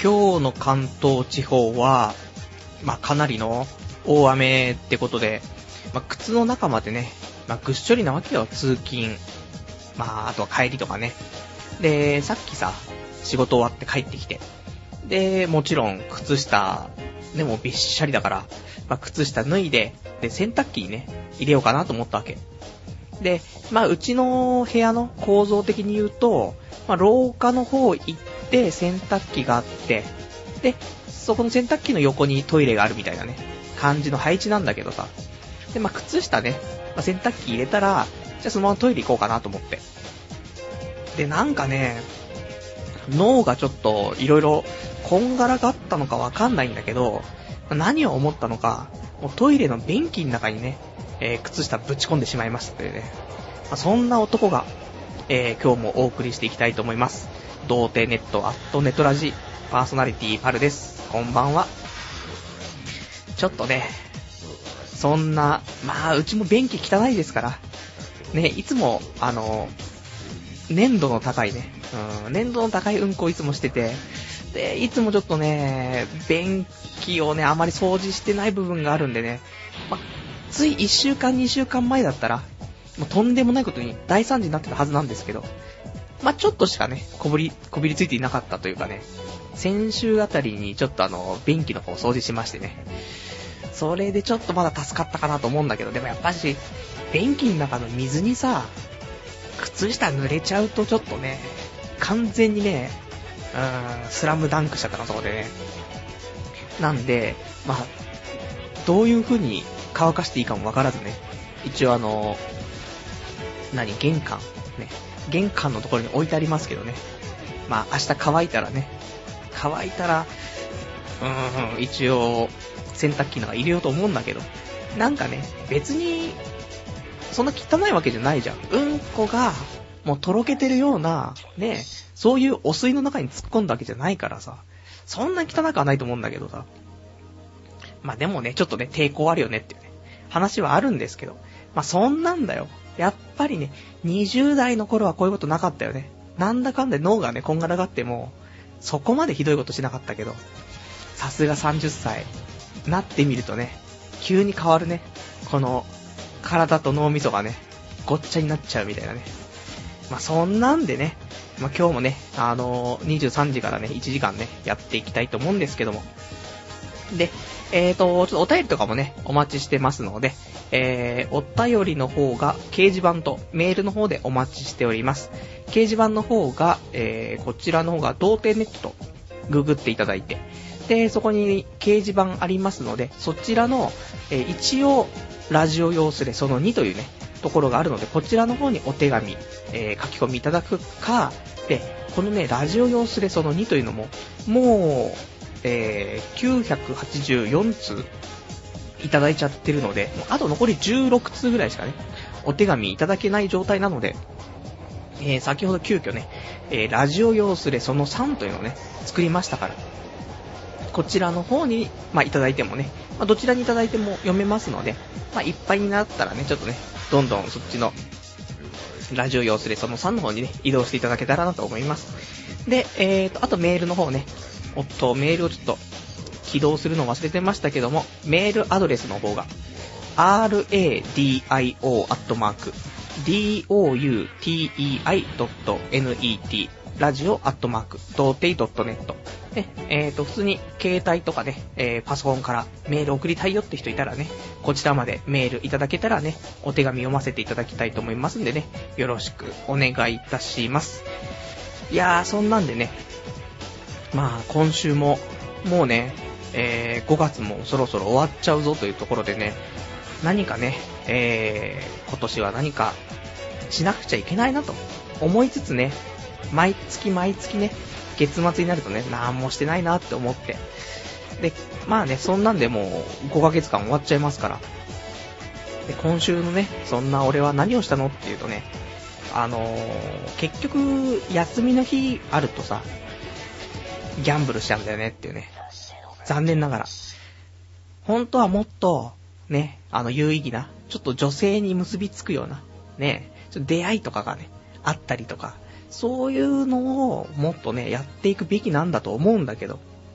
今日の関東地方は、かなりの大雨ってことで、靴の中までね、ぐっしょりなわけよ、通勤。あとは帰りとかね。で、さっきさ、仕事終わって帰ってきて。で、もちろん、靴下、でもびっしゃりだから、靴下脱いで、で、洗濯機にね、入れようかなと思ったわけ。で、うちの部屋の構造的に言うと、廊下の方行って洗濯機があって、で、そこの洗濯機の横にトイレがあるみたいなね、感じの配置なんだけどさ。で、靴下ね、洗濯機入れたら、じゃあそのままトイレ行こうかなと思って。で、なんかね、脳がちょっといろいろこんがらがったのかわかんないんだけど、何を思ったのか、もうトイレの便器の中にね、靴下ぶち込んでしまいましたというね。そんな男が、今日もお送りしていきたいと思います。童貞ネットネトラジパーソナリティパルです。こんばんは。ちょっとね、そんな、うちも便器汚いですから、ね、いつも、粘度の高いね、粘度の高いうんこをいつもしてて、で、いつもちょっとね、便器をね、あまり掃除してない部分があるんでね、つい1週間2週間前だったら、もうとんでもないことに大惨事になってたはずなんですけど、ちょっとしかね、こびりついていなかったというかね、先週あたりにちょっと便器の方を掃除しましてね、それでちょっとまだ助かったかなと思うんだけど、でもやっぱし、便器の中の水にさ、靴下濡れちゃうとちょっとね、完全にね、スラムダンクしちゃったな、そこでね。なんで、どういう風に乾かしていいかもわからずね、一応玄関ね、玄関のところに置いてありますけどね、明日乾いたら一応洗濯機の中入れようと思うんだけど、なんかね、別にそんな汚いわけじゃないじゃん。うんこがもうとろけてるようなね、そういうお水の中に突っ込んだわけじゃないからさ、そんな汚くはないと思うんだけどさ、でもね、ちょっとね、抵抗あるよねっていうね、話はあるんですけど、そんなんだよ。やっぱりね、20代の頃はこういうことなかったよね。なんだかんだ脳がね、こんがらがっても、そこまでひどいことしなかったけど、さすが30歳、なってみるとね、急に変わるね。この、体と脳みそがね、ごっちゃになっちゃうみたいなね。そんなんでね、今日もね、23時からね、1時間ね、やっていきたいと思うんですけども。で、ちょっとお便りとかもね、お待ちしてますので、お便りの方が掲示板とメールの方でお待ちしております。掲示板の方が、こちらの方が童貞ネットとググっていただいて、で、そこに掲示板ありますので、そちらの、一応、ラジオ用スレその2というね、ところがあるので、こちらの方にお手紙、書き込みいただくか、で、このね、ラジオ用スレその2というのも、もう、984通いただいちゃってるので、もうあと残り16通ぐらいしかね、お手紙いただけない状態なので、先ほど急遽ね、ラジオ用スレその3というのをね、作りましたから、こちらの方に、いただいてもね、どちらにいただいても読めますので、いっぱいになったらね、ちょっとね、どんどんそっちの、ラジオ用スレその3の方にね、移動していただけたらなと思います。で、あとメールの方ね、メールをちょっと、起動するの忘れてましたけども、メールアドレスの方が、radio.doutei.net ラジオ@doutei.net ね、普通に携帯とかね、パソコンからメール送りたいよって人いたらね、こちらまでメールいただけたらね、お手紙読ませていただきたいと思いますんでね、よろしくお願いいたします。いやー、そんなんでね、今週ももうね、5月もそろそろ終わっちゃうぞというところでね、何かね、今年は何かしなくちゃいけないなと思いつつね、毎月ね、月末になるとね、なんもしてないなって思って。で、そんなんでもう5ヶ月間終わっちゃいますから。で、今週のね、そんな俺は何をしたのっていうとね、結局、休みの日あるとさ、ギャンブルしちゃうんだよねっていうね。残念ながら。本当はもっと、ね、有意義な、ちょっと女性に結びつくような、ね、ちょっと出会いとかがね、あったりとか、そういうのをもっとね、やっていくべきなんだと思うんだけど、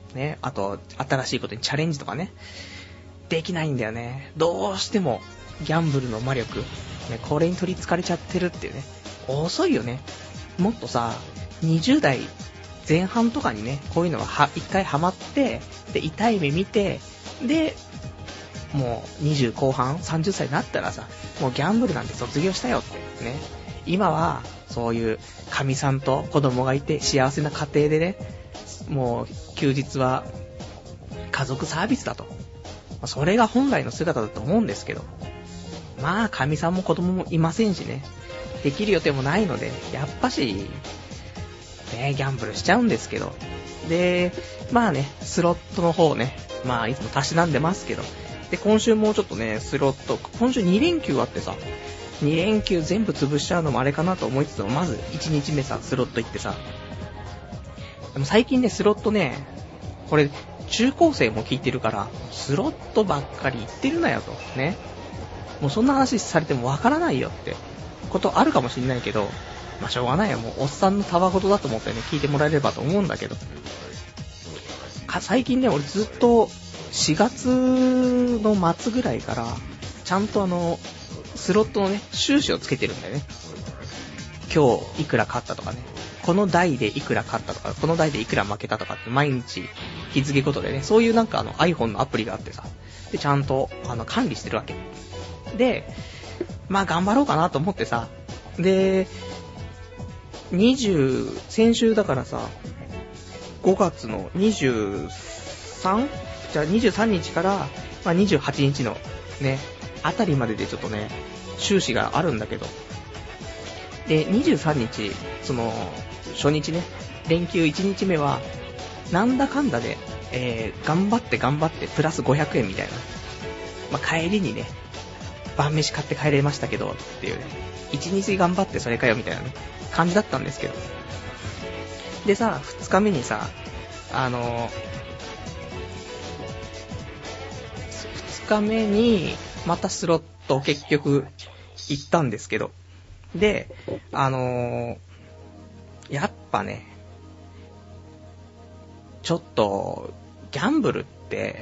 ね、あと、新しいことにチャレンジとかね、できないんだよね。どうしても、ギャンブルの魔力、ね、これに取り憑かれちゃってるっていうね。遅いよね。もっとさ、20代前半とかにね、こういうのが一回ハマって、で、痛い目見て、で、もう20後半、30歳になったらさ、もうギャンブルなんて卒業したよってね。今は、そういう、神さんと子供がいて幸せな家庭でね、もう休日は家族サービスだと。それが本来の姿だと思うんですけど。まあ、神さんも子供もいませんしね。できる予定もないので、やっぱし、ね、ギャンブルしちゃうんですけど。で、まあね、スロットの方ね、まあ、いつもたしなんでますけど。で、今週もちょっとね、スロット、今週2連休あってさ、2連休全部潰しちゃうのもあれかなと思いつつも、まず1日目さ、スロット行ってさ。でも最近ね、スロットね、これ、中高生も聞いてるから、スロットばっかり言ってるなよと、ね。もうそんな話されてもわからないよってことあるかもしれないけど、まあしょうがないよ、もうおっさんのタバコとだと思ってね、聞いてもらえればと思うんだけど。最近ね、俺ずっと4月の末ぐらいから、ちゃんとスロットのね、収支をつけてるんだよね。今日いくら勝ったとかね。この台でいくら勝ったとか、この台でいくら負けたとかって毎日日付ごとでね、そういうなんかiPhone のアプリがあってさ、で、ちゃんと管理してるわけ。で、まあ頑張ろうかなと思ってさ、で、先週だからさ、5月の23？ じゃあ23日から、まあ、28日のね、あたりまででちょっとね、収支があるんだけど、で、23日、その、初日ね、連休1日目は、なんだかんだで、頑張ってプラス500円みたいな。まあ、帰りにね、晩飯買って帰れましたけど、っていうね、1日頑張ってそれかよみたいなね、感じだったんですけど。でさ、2日目にさ、2日目に、またスロット結局行ったんですけど、で、やっぱね、ちょっと、ギャンブルって、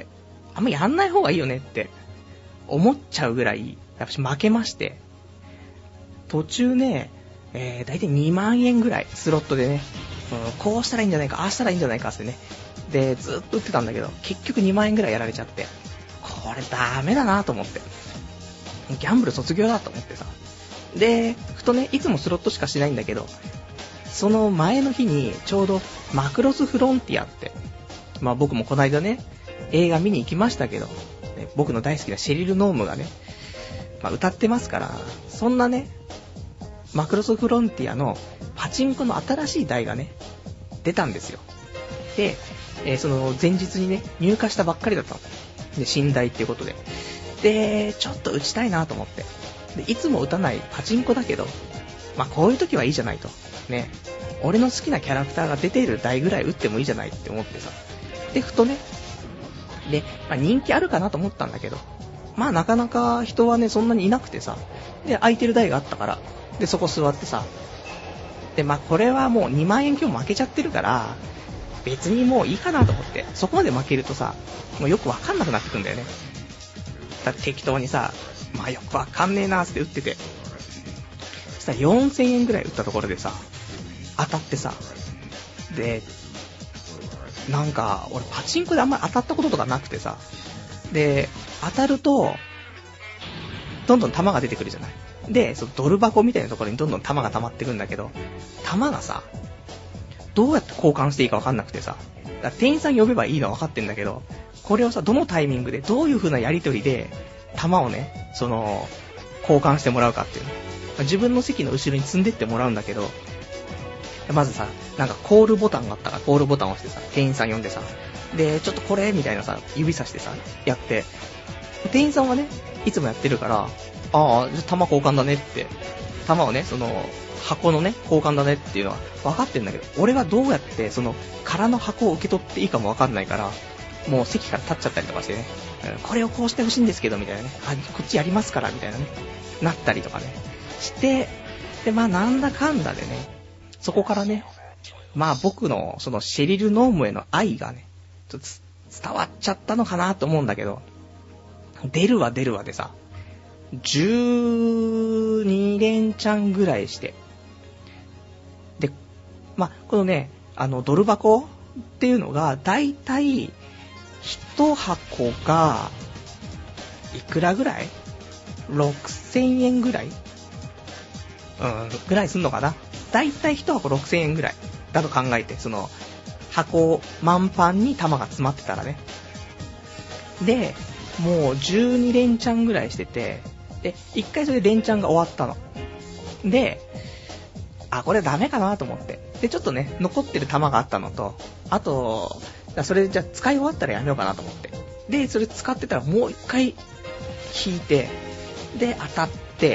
あんまやんない方がいいよねって思っちゃうぐらい、やっぱ負けまして、途中ね、だいたい2万円ぐらい、スロットでね、こうしたらいいんじゃないか、ああしたらいいんじゃないかってね、で、ずっと売ってたんだけど、結局2万円ぐらいやられちゃって、これダメだなと思って、ギャンブル卒業だと思ってさ、で、ふとね、いつもスロットしかしないんだけど、その前の日にちょうどマクロスフロンティアって、まあ僕もこの間ね、映画見に行きましたけど、ね、僕の大好きなシェリル・ノームがね、まあ、歌ってますから、そんなね、マクロスフロンティアのパチンコの新しい台がね、出たんですよ。で、その前日にね、入荷したばっかりだったの。で、新台っていうことで。で、ちょっと打ちたいなと思って。で、いつも打たないパチンコだけど、まあこういう時はいいじゃないと。ね。俺の好きなキャラクターが出ている台ぐらい打ってもいいじゃないって思ってさ。で、ふとね。で、まあ人気あるかなと思ったんだけど、まあなかなか人はね、そんなにいなくてさ。で、空いてる台があったから、で、そこ座ってさ。で、まあこれはもう2万円今日負けちゃってるから、別にもういいかなと思って。そこまで負けるとさ、もうよくわかんなくなってくんだよね。だって適当にさ、まあよくわかんねえなーって打ってて。そしたら4000円ぐらい打ったところでさ、当たってさ、で、なんか、俺パチンコであんまり当たったこととかなくてさ、で、当たると、どんどん玉が出てくるじゃない。で、そのドル箱みたいなところにどんどん玉が溜まってくんだけど、玉がさ、どうやって交換していいかわかんなくてさ、だから店員さん呼べばいいのは分かってんだけど、これをさ、どのタイミングで、どういう風なやりとりで、玉をね、その、交換してもらうかっていうの。自分の席の後ろに積んでってもらうんだけど、まずさ、なんかコールボタンがあったから、コールボタンを押してさ、店員さん呼んでさ、で、ちょっとこれみたいなさ、指さしてさ、やって、店員さんはね、いつもやってるから、ああ、じゃあ玉交換だねって、玉をね、その、箱のね、交換だねっていうのは分かってんだけど、俺はどうやって、その、空の箱を受け取っていいかも分かんないから、もう席から立っちゃったりとかしてね、これをこうしてほしいんですけど、みたいなね、あ、こっちやりますから、みたいなね、なったりとかね、して、で、まあなんだかんだでね、そこからね、まあ僕のそのシェリル・ノームへの愛がね、 ちょっと伝わっちゃったのかなと思うんだけど、出るわでさ、12連チャンぐらいして、で、このね、ドル箱っていうのが、だいたい1箱が、いくらぐらい ?6000 円ぐらいぐらいすんのかな。だいたい1箱6000円ぐらいだと考えて、その、箱満帆に玉が詰まってたらね。で、もう12連チャンぐらいしてて、で、1回それで連チャンが終わったの。で、これダメかなと思って。で、ちょっとね、残ってる玉があったのと、あと、それじゃ使い終わったらやめようかなと思って。で、それ使ってたらもう1回引いて、で、当たって、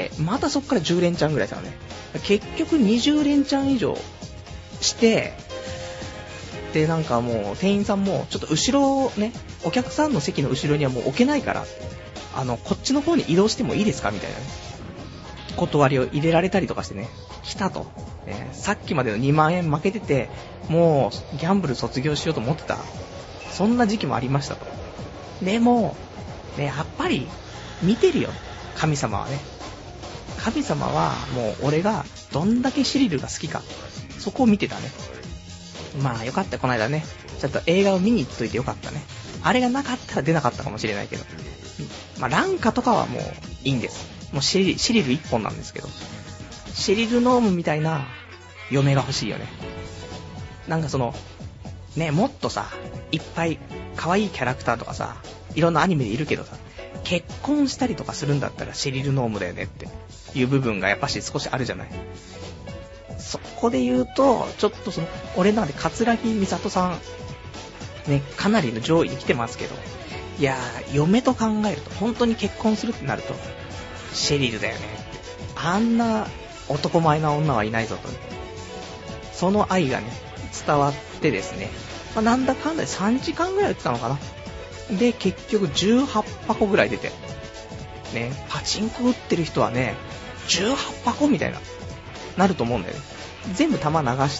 またそっから10連チャンぐらいしたのね。結局20連チャン以上して、で、なんかもう、店員さんも、ちょっと後ろね、お客さんの席の後ろにはもう置けないから、こっちの方に移動してもいいですかみたいなね。断りを入れられたりとかしてね、来たと。さっきまでの2万円負けてて、もう、ギャンブル卒業しようと思ってた。そんな時期もありましたと。でも、ね、やっぱり、見てるよ。神様はね。神様は、もう、俺が、どんだけシリルが好きか。そこを見てたね。よかった、この間ね。ちょっと映画を見に行っといてよかったね。あれがなかったら出なかったかもしれないけど。ランカとかはもういいんです。もうシリル一本なんですけど。シリルノームみたいな嫁が欲しいよね。なんかその、ね、もっとさ、いっぱい可愛いキャラクターとかさ、いろんなアニメでいるけどさ、結婚したりとかするんだったらシリルノームだよねっていう部分がやっぱし少しあるじゃない。そこで言うと、ちょっとその、俺の中で桂木美里さん、ね、かなりの上位に来てますけど、いやー、嫁と考えると、本当に結婚するってなると、シェリルだよねって。あんな男前な女はいないぞと。その愛がね、伝わってですね、なんだかんだで3時間ぐらい打ってたのかな。で、結局18箱ぐらい出て、ね、パチンコ打ってる人はね、18箱みたいな、なると思うんだよね。全部玉流して、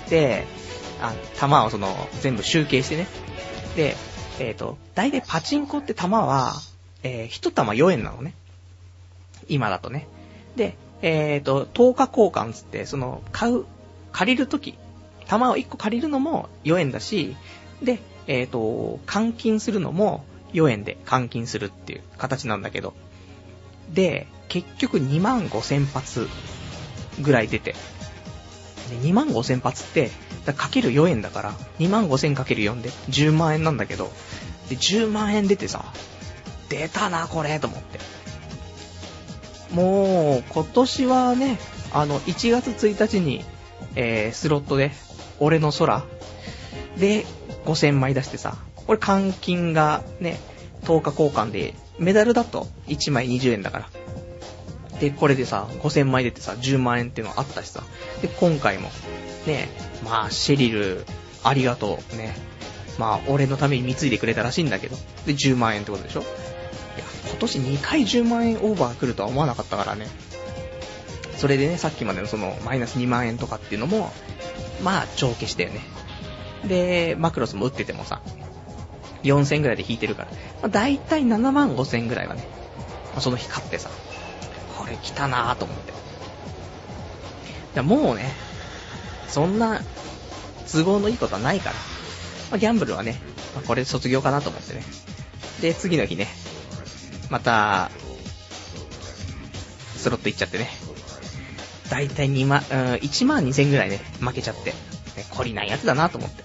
玉をその、全部集計してね。で、大体パチンコって玉は、1玉4円なのね。今だとね。で、10日交換つって、その、借りるとき、玉を1個借りるのも4円だし、で、換金するのも4円で換金するっていう形なんだけど、で、結局25,000発ぐらい出て、で25,000発って、かける4円だから、25,000かける4で10万円なんだけど、で、10万円出てさ、出たな、これ、と思って。もう、今年はね、1月1日に、スロットで、俺の空で5,000枚出してさ、これ換金がね、10日交換で、メダルだと1枚20円だから。で、これでさ、5,000枚出てさ、10万円っていうのあったしさ。で、今回も、ね、シェリル、ありがとう、ね。俺のために貢いでくれたらしいんだけど。で、10万円ってことでしょ？いや、今年2回10万円オーバー来るとは思わなかったからね。それでね、さっきまでのその、マイナス2万円とかっていうのも、帳消しだよね。で、マクロスも打っててもさ、4000ぐらいで引いてるから、だいたい75,000ぐらいはね、その日買ってさ、これ来たなぁと思って。もうね、そんな都合のいいことはないから、ギャンブルはね、これで卒業かなと思ってね。で、次の日ね、また、スロット行っちゃってね。だいたい12,000ぐらいね、負けちゃって。ね、懲りないやつだなと思って。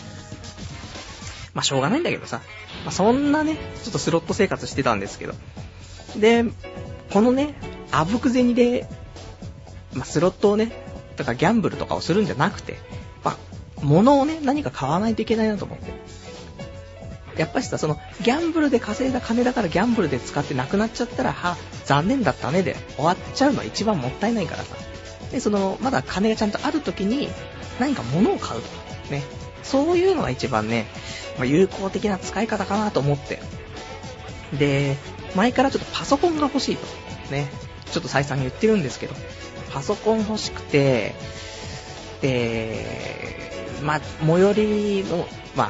しょうがないんだけどさ。そんなね、ちょっとスロット生活してたんですけど。で、このね、あぶく銭で、スロットをね、とかギャンブルとかをするんじゃなくて、物をね、何か買わないといけないなと思って。やっぱしさ、その、ギャンブルで稼いだ金だからギャンブルで使ってなくなっちゃったら、残念だったねで終わっちゃうのは一番もったいないからさ。で、その、まだ金がちゃんとある時に、何か物を買うと。ね。そういうのが一番ね、有効的な使い方かなと思って。で、前からちょっとパソコンが欲しいと。ね。ちょっと再三言ってるんですけど、パソコン欲しくて、最寄りの、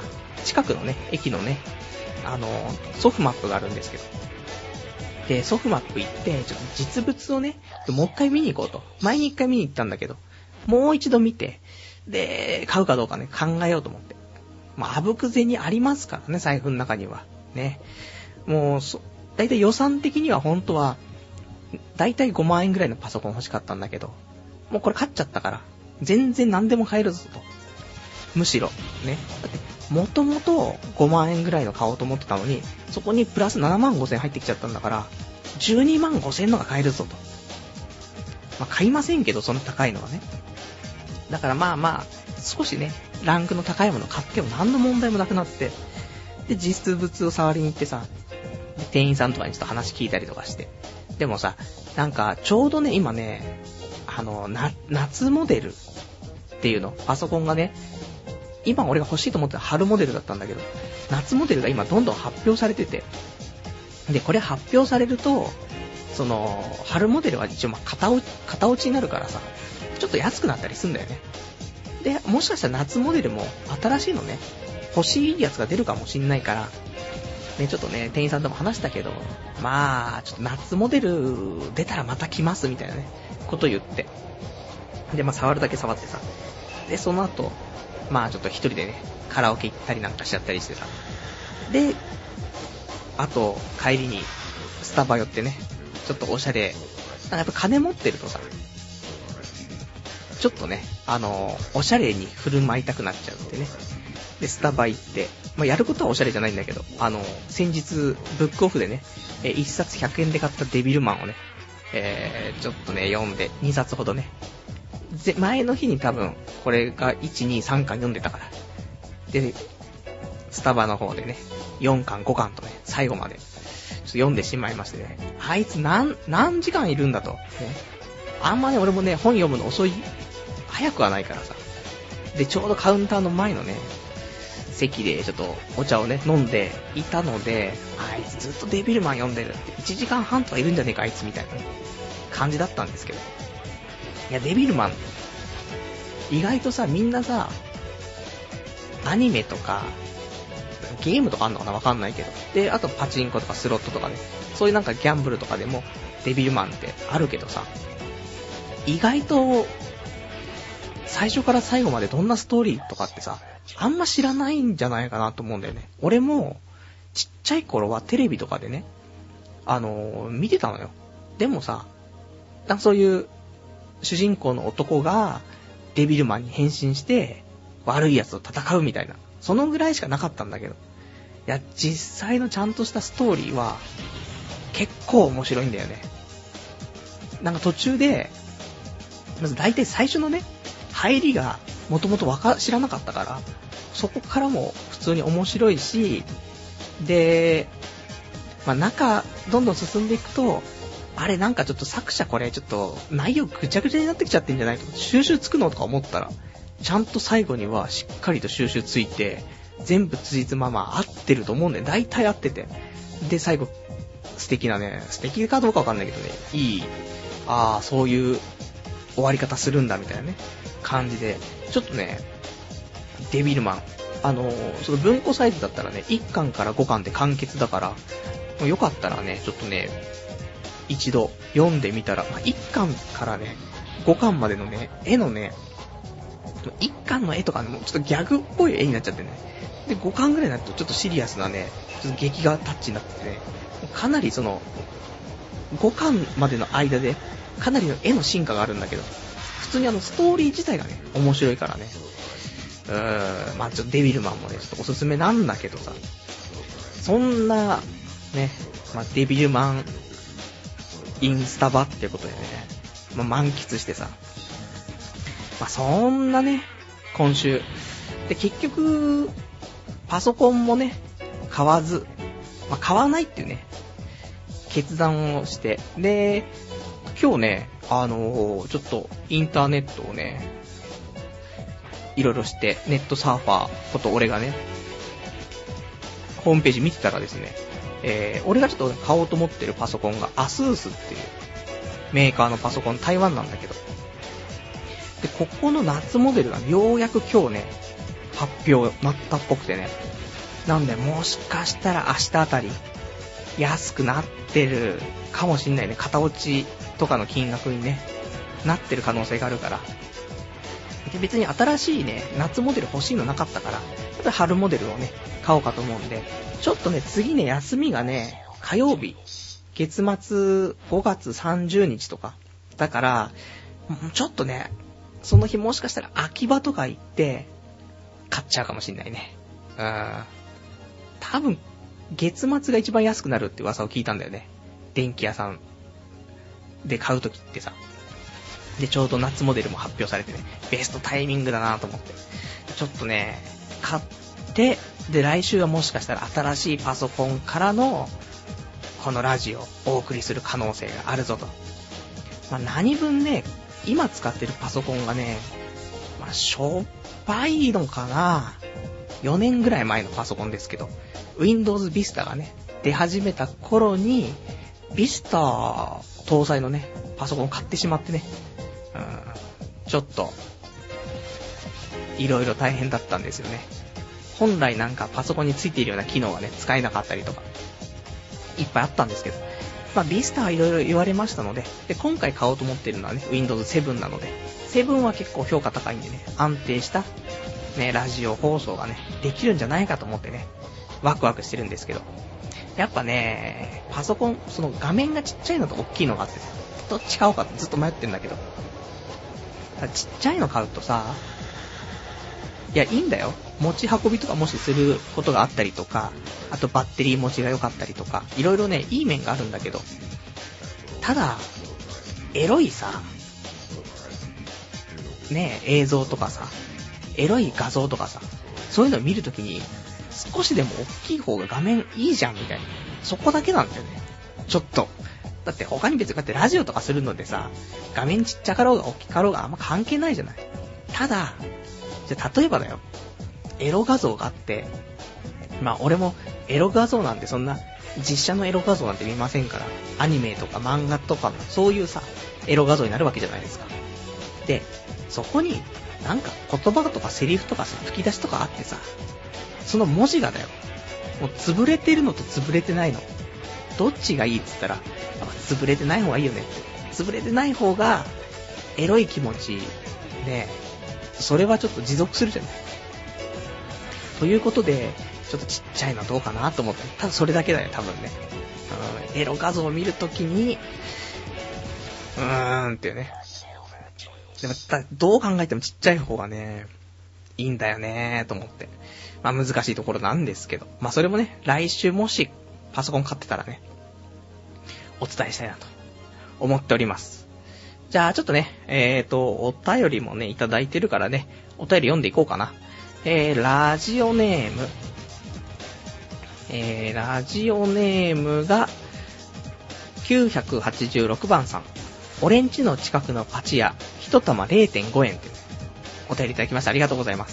近くのね、駅のね、ソフマップがあるんですけど。で、ソフマップ行って、ちょっと実物をね、もう一回見に行こうと。前に一回見に行ったんだけど、もう一度見て、で、買うかどうかね、考えようと思って。まあ、あぶく銭ありますからね、財布の中には。ね。もう、だいたい予算的には本当は、だいたい5万円ぐらいのパソコン欲しかったんだけど、もうこれ買っちゃったから、全然何でも買えるぞと。むしろ、ね。だって、もともと5万円ぐらいの買おうと思ってたのに、そこにプラス7万5千入ってきちゃったんだから、12万5千のが買えるぞと。まあ、買いませんけど、その高いのはね。だからまあまあ、少しね、ランクの高いもの買っても何の問題もなくなって、で、実物を触りに行ってさ、店員さんとかにちょっと話聞いたりとかして。でもさ、なんか、ちょうどね、今ね、夏モデルっていうの、パソコンがね、今俺が欲しいと思ってた春モデルだったんだけど、夏モデルが今どんどん発表されてて、で、これ発表されると、春モデルは一応まあ型落ちになるからさ、ちょっと安くなったりするんだよね。で、もしかしたら夏モデルも新しいのね、欲しいやつが出るかもしんないから、ね、ちょっとね、店員さんとも話したけど、まあ、ちょっと夏モデル出たらまた来ますみたいなね、こと言って。で、まあ触るだけ触ってさ。で、その後、まあちょっと一人でね、カラオケ行ったりなんかしちゃったりしてさ。で、あと、帰りに、スタバ寄ってね、ちょっとおしゃれ、なんかやっぱ金持ってるとさ、ちょっとね、おしゃれに振る舞いたくなっちゃうってね。で、スタバ行って、まあ、やることはおしゃれじゃないんだけど、先日、ブックオフでね、1冊100円で買ったデビルマンをね、ちょっとね、読んで、2冊ほどね。前の日に多分、これが1、2、3巻読んでたから。で、スタバの方でね、4巻、5巻とね、最後まで、ちょっと読んでしまいましてね、あいつ何時間いるんだと。ね、あんまね、俺もね、本読むの遅い、早くはないからさ。で、ちょうどカウンターの前のね、席でちょっとお茶をね、飲んでいたので、あいつずっとデビルマン読んでるって、1時間半とかいるんじゃねえか、あいつみたいな感じだったんですけど。いや、デビルマン、意外とさ、みんなさ、アニメとか、ゲームとかあんのかなわかんないけど。で、あとパチンコとかスロットとかね、そういうなんかギャンブルとかでも、デビルマンってあるけどさ、意外と、最初から最後までどんなストーリーとかってさ、あんま知らないんじゃないかなと思うんだよね。俺も、ちっちゃい頃はテレビとかでね、見てたのよ。でもさ、なんかそういう、主人公の男が、デビルマンに変身して、悪い奴と戦うみたいな。そのぐらいしかなかったんだけど。いや、実際のちゃんとしたストーリーは、結構面白いんだよね。なんか途中で、まず大体最初のね、入りが、もともと知らなかったから、そこからも普通に面白いし、で、まあどんどん進んでいくと、あれなんかちょっと作者これちょっと内容ぐちゃぐちゃになってきちゃってんじゃないと、収集つくのとか思ったら、ちゃんと最後にはしっかりと収集ついて、全部つじつま合ってると思うんだよ。大体合ってて。で、最後、素敵かどうかわかんないけどね、いい、そういう終わり方するんだみたいなね、感じで、ちょっとね、デビルマン、その文庫サイズだったらね、1巻から5巻で完結だから、もうよかったらね、ちょっとね、一度読んでみたら、1巻からね、5巻までのね、絵のね、1巻の絵とかね、もうちょっとギャグっぽい絵になっちゃってね。で、5巻ぐらいになるとちょっとシリアスなね、ちょっと劇画タッチになっててね、かなりその、5巻までの間で、かなりの絵の進化があるんだけど、普通にストーリー自体がね、面白いからね。まあちょっとデビルマンもね、ちょっとおすすめなんだけどさ、そんな、ね、まあデビルマン、インスタバってことでね、まあ満喫してさ、まあそんなね、今週。で、結局、パソコンもね、買わず、まあ買わないっていうね、決断をして、で、今日ね、ちょっとインターネットをね、いろいろして、ネットサーファーこと俺がね、ホームページ見てたらですね、俺がちょっと買おうと思ってるパソコンが ASUS っていうメーカーのパソコン、台湾なんだけど、で、ここの夏モデルがようやく今日ね、発表なったっぽくてね、 なんでもしかしたら明日あたり安くなってるかもしんないね。片落ちとかの金額にねなってる可能性があるから。で別に新しいね夏モデル欲しいのなかったから、やっぱり春モデルをね買おうかと思うんで、ちょっとね次ね休みがね火曜日、月末5月30日とかだから、ちょっとねその日もしかしたら秋葉とか行って買っちゃうかもしんないね。多分月末が一番安くなるって噂を聞いたんだよね。電気屋さんで買うときってさ。でちょうど夏モデルも発表されてね、ベストタイミングだなと思って、ちょっとね買って、で来週はもしかしたら新しいパソコンからのこのラジオをお送りする可能性があるぞと。何分ね今使ってるパソコンがね、しょっぱいのかな。4年ぐらい前のパソコンですけど、 Windows Vista がね出始めた頃に Vista 搭載のねパソコンを買ってしまってね、ちょっといろいろ大変だったんですよね。本来なんかパソコンについているような機能がね使えなかったりとかいっぱいあったんですけど、Vista はいろいろ言われましたので、で今回買おうと思っているのはね Windows 7なので、7は結構評価高いんでね、安定したねラジオ放送がねできるんじゃないかと思ってねワクワクしてるんですけど、やっぱねパソコンその画面がちっちゃいのと大きいのがあって、どっち買おうかってずっと迷ってんだけど、ちっちゃいの買うとさ、いやいいんだよ、持ち運びとかもしすることがあったりとか、あとバッテリー持ちが良かったりとか、いろいろねいい面があるんだけど、ただエロいさね映像とかさ、エロい画像とかさ、そういうのを見るときに少しでも大きい方が画面いいじゃんみたいな、そこだけなんだよね。ちょっとだって他に別にこうやってラジオとかするのでさ、画面ちっちゃかろうが大きかろうがあんま関係ないじゃない。ただじゃあ例えばだよ、エロ画像があって、俺もエロ画像なんてそんな実写のエロ画像なんて見ませんから、アニメとか漫画とかのそういうさエロ画像になるわけじゃないですか。でそこになんか言葉とかセリフとかさ吹き出しとかあってさ、その文字がだよ、もう潰れてるのと潰れてないのどっちがいいって言ったら、潰れてない方がいいよねって。潰れてない方がエロい気持ちね、それはちょっと持続するじゃない。ということでちょっとちっちゃいのどうかなと思って、ただそれだけだよ多分ね。エロ画像を見るときにっていうね。でもどう考えてもちっちゃい方がねいいんだよねと思って、難しいところなんですけど、それもね来週もしパソコン買ってたらねお伝えしたいなと思っております。じゃあちょっとねお便りもねいただいてるからね、お便り読んでいこうかな。ラジオネームが986番さん。俺んちの近くのパチ屋一玉 0.5 円ってお便りいただきました。ありがとうございます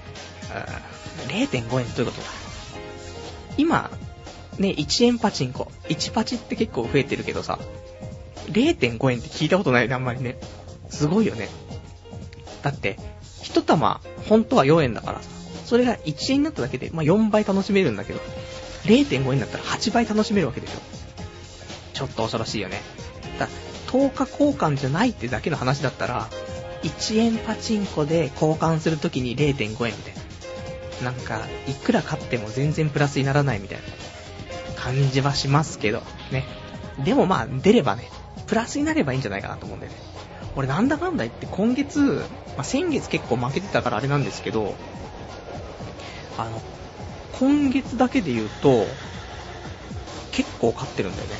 。0.5 円ということだ。今ね1円パチンコ1パチって結構増えてるけどさ、 0.5 円って聞いたことないねあんまりね。すごいよね。だって一玉本当は4円だからさ、それが1円になっただけで4倍楽しめるんだけど、 0.5 円だったら8倍楽しめるわけでしょ。ちょっと恐ろしいよね。だ10日交換じゃないってだけの話だったら、1円パチンコで交換するときに 0.5 円みたいな、なんかいくら買っても全然プラスにならないみたいな感じはしますけどね。でも出ればねプラスになればいいんじゃないかなと思うんでね。俺なんだかんだ言って今月、先月結構負けてたからあれなんですけど、今月だけで言うと結構勝ってるんだよね。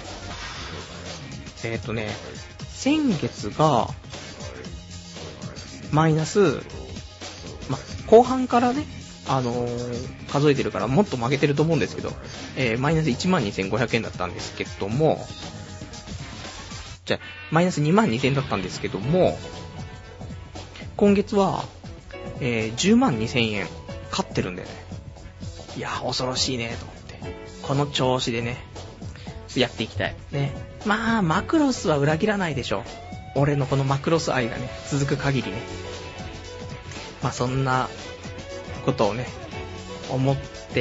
先月がマイナス、後半からね数えてるからもっと負けてると思うんですけど、マイナス 12,500 円だったんですけども、じゃあマイナス 22,000 だったんですけども、今月は、102,000 円勝ってるんだよね。いや恐ろしいねと思って、この調子でねやっていきたいね。マクロスは裏切らないでしょ。俺のこのマクロス愛がね続く限りね、そんなことをね思って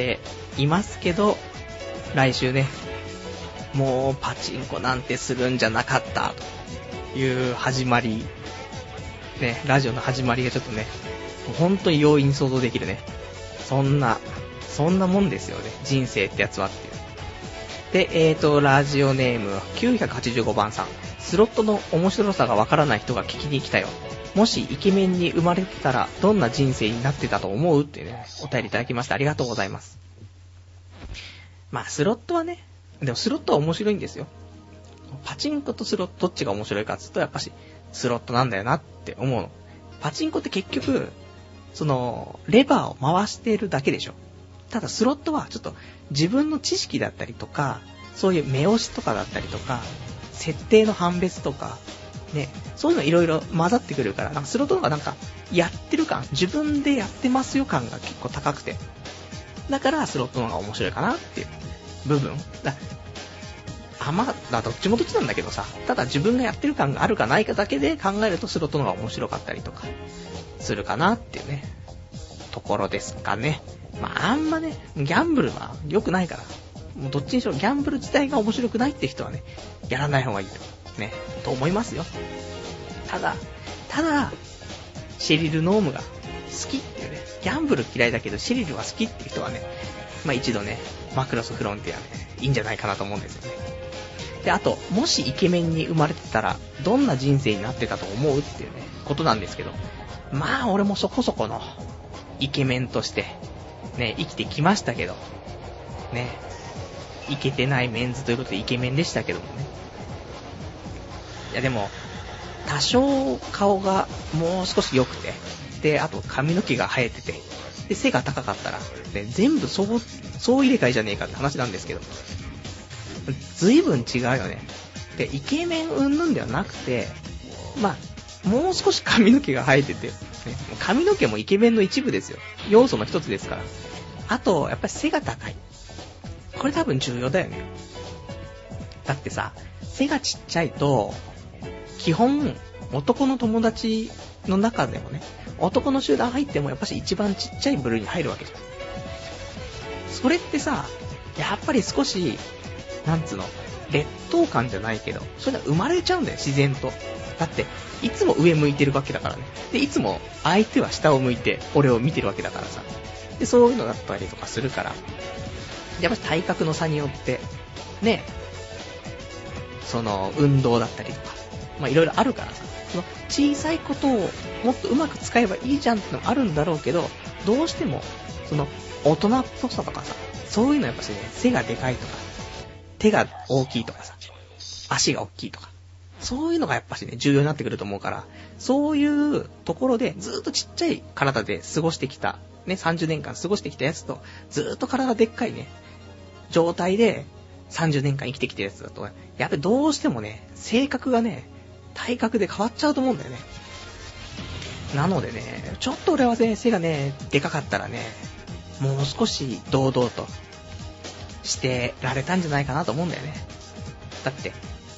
いますけど、来週ね、もうパチンコなんてするんじゃなかったという始まり、ね、ラジオの始まりがちょっとね、本当に容易に想像できるね。そんなもんですよね、人生ってやつはっていう。で、ラジオネーム985番さん。スロットの面白さがわからない人が聞きに来たよ。もしイケメンに生まれてたらどんな人生になってたと思うっていうね、お便りいただきました。ありがとうございます。まあスロットはね、でもスロットは面白いんですよ。パチンコとスロットどっちが面白いかって言うとやっぱしスロットなんだよなって思うの。パチンコって結局そのレバーを回してるだけでしょ。ただスロットはちょっと自分の知識だったりとか、そういう目押しとかだったりとか、設定の判別とかね、そういうのいろいろ混ざってくるから、なんかスロットの方がなんかやってる感、自分でやってますよ感が結構高くて、だからスロットの方が面白いかなっていう部分だ。まあどっちもどっちなんだけどさ、ただ自分がやってる感があるかないかだけで考えるとスロットの方が面白かったりとかするかなっていうねところですかね。まああんまねギャンブルは良くないから、もうどっちにしろギャンブル自体が面白くないって人はねやらない方がいいとねと思いますよ。ただシェリル・ノームが好きっていうね、ギャンブル嫌いだけどシェリルは好きっていう人はね、まあ一度ねマクロスフロンティアねいいんじゃないかなと思うんですよね。で、あともしイケメンに生まれてたらどんな人生になってたと思うっていうねことなんですけど、まあ俺もそこそこのイケメンとしてね生きてきましたけどね、イケてないメンズということでイケメンでしたけどもね。いやでも多少顔がもう少し良くて、であと髪の毛が生えてて、で背が高かったら、ね、全部そう入れ替えじゃねえかって話なんですけど、随分違うよね。でイケメン云々ではなくて、まあもう少し髪の毛が生えてて、ね、髪の毛もイケメンの一部ですよ。要素の一つですから。あとやっぱり背が高い。これ多分重要だよね。だってさ、背がちっちゃいと基本男の友達の中でもね、男の集団入ってもやっぱし一番ちっちゃい部類に入るわけじゃん。それってさ、やっぱり少しなんつうの、劣等感じゃないけど、それが生まれちゃうんだよ自然と。だっていつも上向いてるわけだからね。でいつも相手は下を向いて俺を見てるわけだからさ。でそういうのだったりとかするから、やっぱり体格の差によってね、その運動だったりとか、まあいろいろあるからさ、その小さいことをもっとうまく使えばいいじゃんってのもあるんだろうけど、どうしてもその大人っぽさとかさ、そういうのやっぱしね、背がでかいとか手が大きいとかさ、足が大きいとか、そういうのがやっぱしね重要になってくると思うから、そういうところでずっとちっちゃい体で過ごしてきたね、30年間過ごしてきたやつと、ずっと体でっかいね状態で30年間生きてきたやつだと、やっぱりどうしてもね性格がね体格で変わっちゃうと思うんだよね。なのでね、ちょっと俺はね背がねでかかったらね、もう少し堂々としてられたんじゃないかなと思うんだよね。だって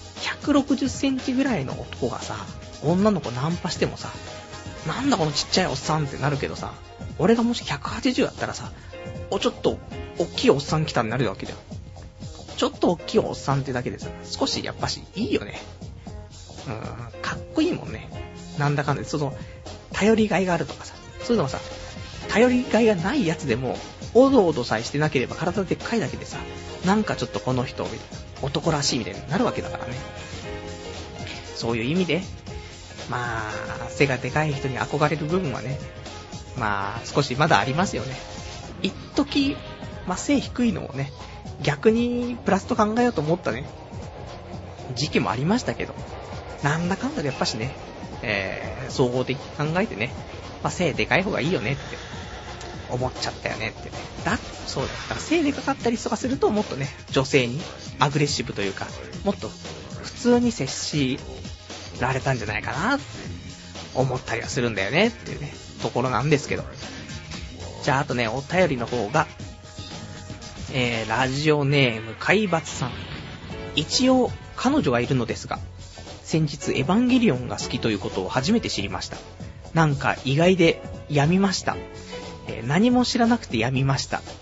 160センチぐらいの男がさ、女の子ナンパしてもさ、なんだこのちっちゃいおっさんってなるけどさ、俺がもし180だったらさ、ちょっと大きいおっさん来たになるわけじゃん。ちょっと大きいおっさんってだけでさ、少しやっぱしいいよね。かっこいいもんね。なんだかんだで、その頼りがいがあるとかさ、そういうのがさ、頼りがいがないやつでもおどおどさえしてなければ体でっかいだけでさ、なんかちょっとこの人男らしいみたいになるわけだからね。そういう意味で、まあ背がでかい人に憧れる部分はね、まあ少しまだありますよね。一時、まあ背低いのをね逆にプラスと考えようと思ったね時期もありましたけど、なんだかんだでやっぱしね、総合的に考えてね、まあ、背でかい方がいいよねって思っちゃったよねってね。そうだから背でかかったりとかすると、もっとね女性にアグレッシブというか、もっと普通に接しられたんじゃないかなって思ったりはするんだよねっていうねところなんですけど。じゃああとね、お便りの方が、ラジオネーム海抜さん。一応彼女がいるのですが、先日エヴァンゲリオンが好きということを初めて知りました。なんか意外で病みました。何も知らなくて病みました。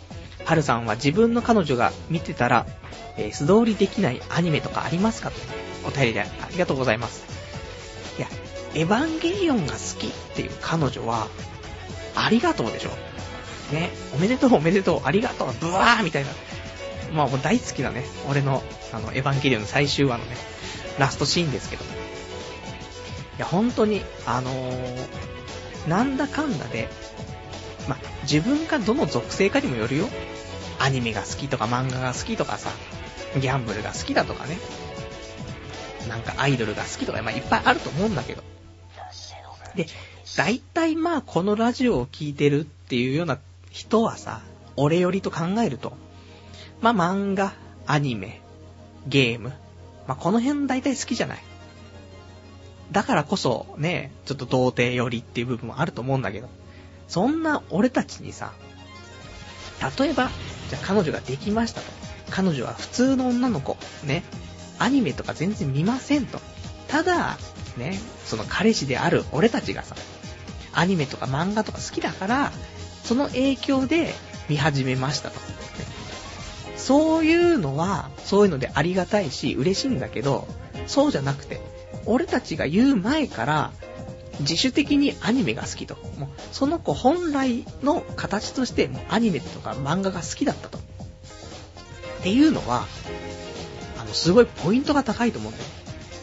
パルさんは自分の彼女が見てたら、素通りできないアニメとかありますかと。お便りでありがとうございます。いや、エヴァンゲリオンが好きっていう彼女は、ありがとうでしょ。ね、おめでとうおめでとう、ありがとう、ブワーみたいな。まあもう大好きなね、俺の、エヴァンゲリオンの最終話のね、ラストシーンですけど。いや、本当に、なんだかんだで、まあ、自分がどの属性かにもよるよ。アニメが好きとか漫画が好きとかさ、ギャンブルが好きだとかね。なんかアイドルが好きとか、まあいっぱいあると思うんだけど。で、大体まあこのラジオを聞いてるっていうような人はさ、俺よりと考えると、まあ漫画、アニメ、ゲーム、まあこの辺大体好きじゃない。だからこそね、ちょっと童貞寄りっていう部分もあると思うんだけど、そんな俺たちにさ、例えば、じゃあ彼女ができましたと。彼女は普通の女の子、ね、アニメとか全然見ませんと。ただ、ね、その彼氏である俺たちがさ、アニメとか漫画とか好きだから、その影響で見始めましたと。そういうのは、そういうのでありがたいし、嬉しいんだけど、そうじゃなくて、俺たちが言う前から、自主的にアニメが好きと。もうその子本来の形として、もうアニメとか漫画が好きだったと。っていうのは、すごいポイントが高いと思うんだよ。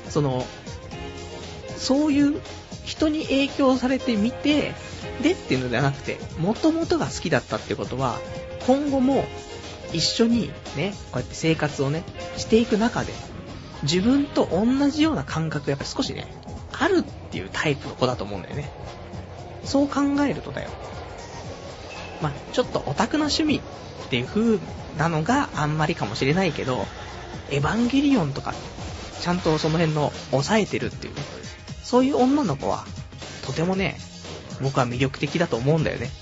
そういう人に影響されてみて、でっていうのではなくて、元々が好きだったってことは、今後も一緒にね、こうやって生活をね、していく中で、自分と同じような感覚がやっぱり少しね、あるっていうタイプの子だと思うんだよね。そう考えるとだよ。まあ、ちょっとオタクな趣味っていう風なのがあんまりかもしれないけど、エヴァンゲリオンとか、ちゃんとその辺の抑えてるっていうね、そういう女の子は、とてもね、僕は魅力的だと思うんだよね。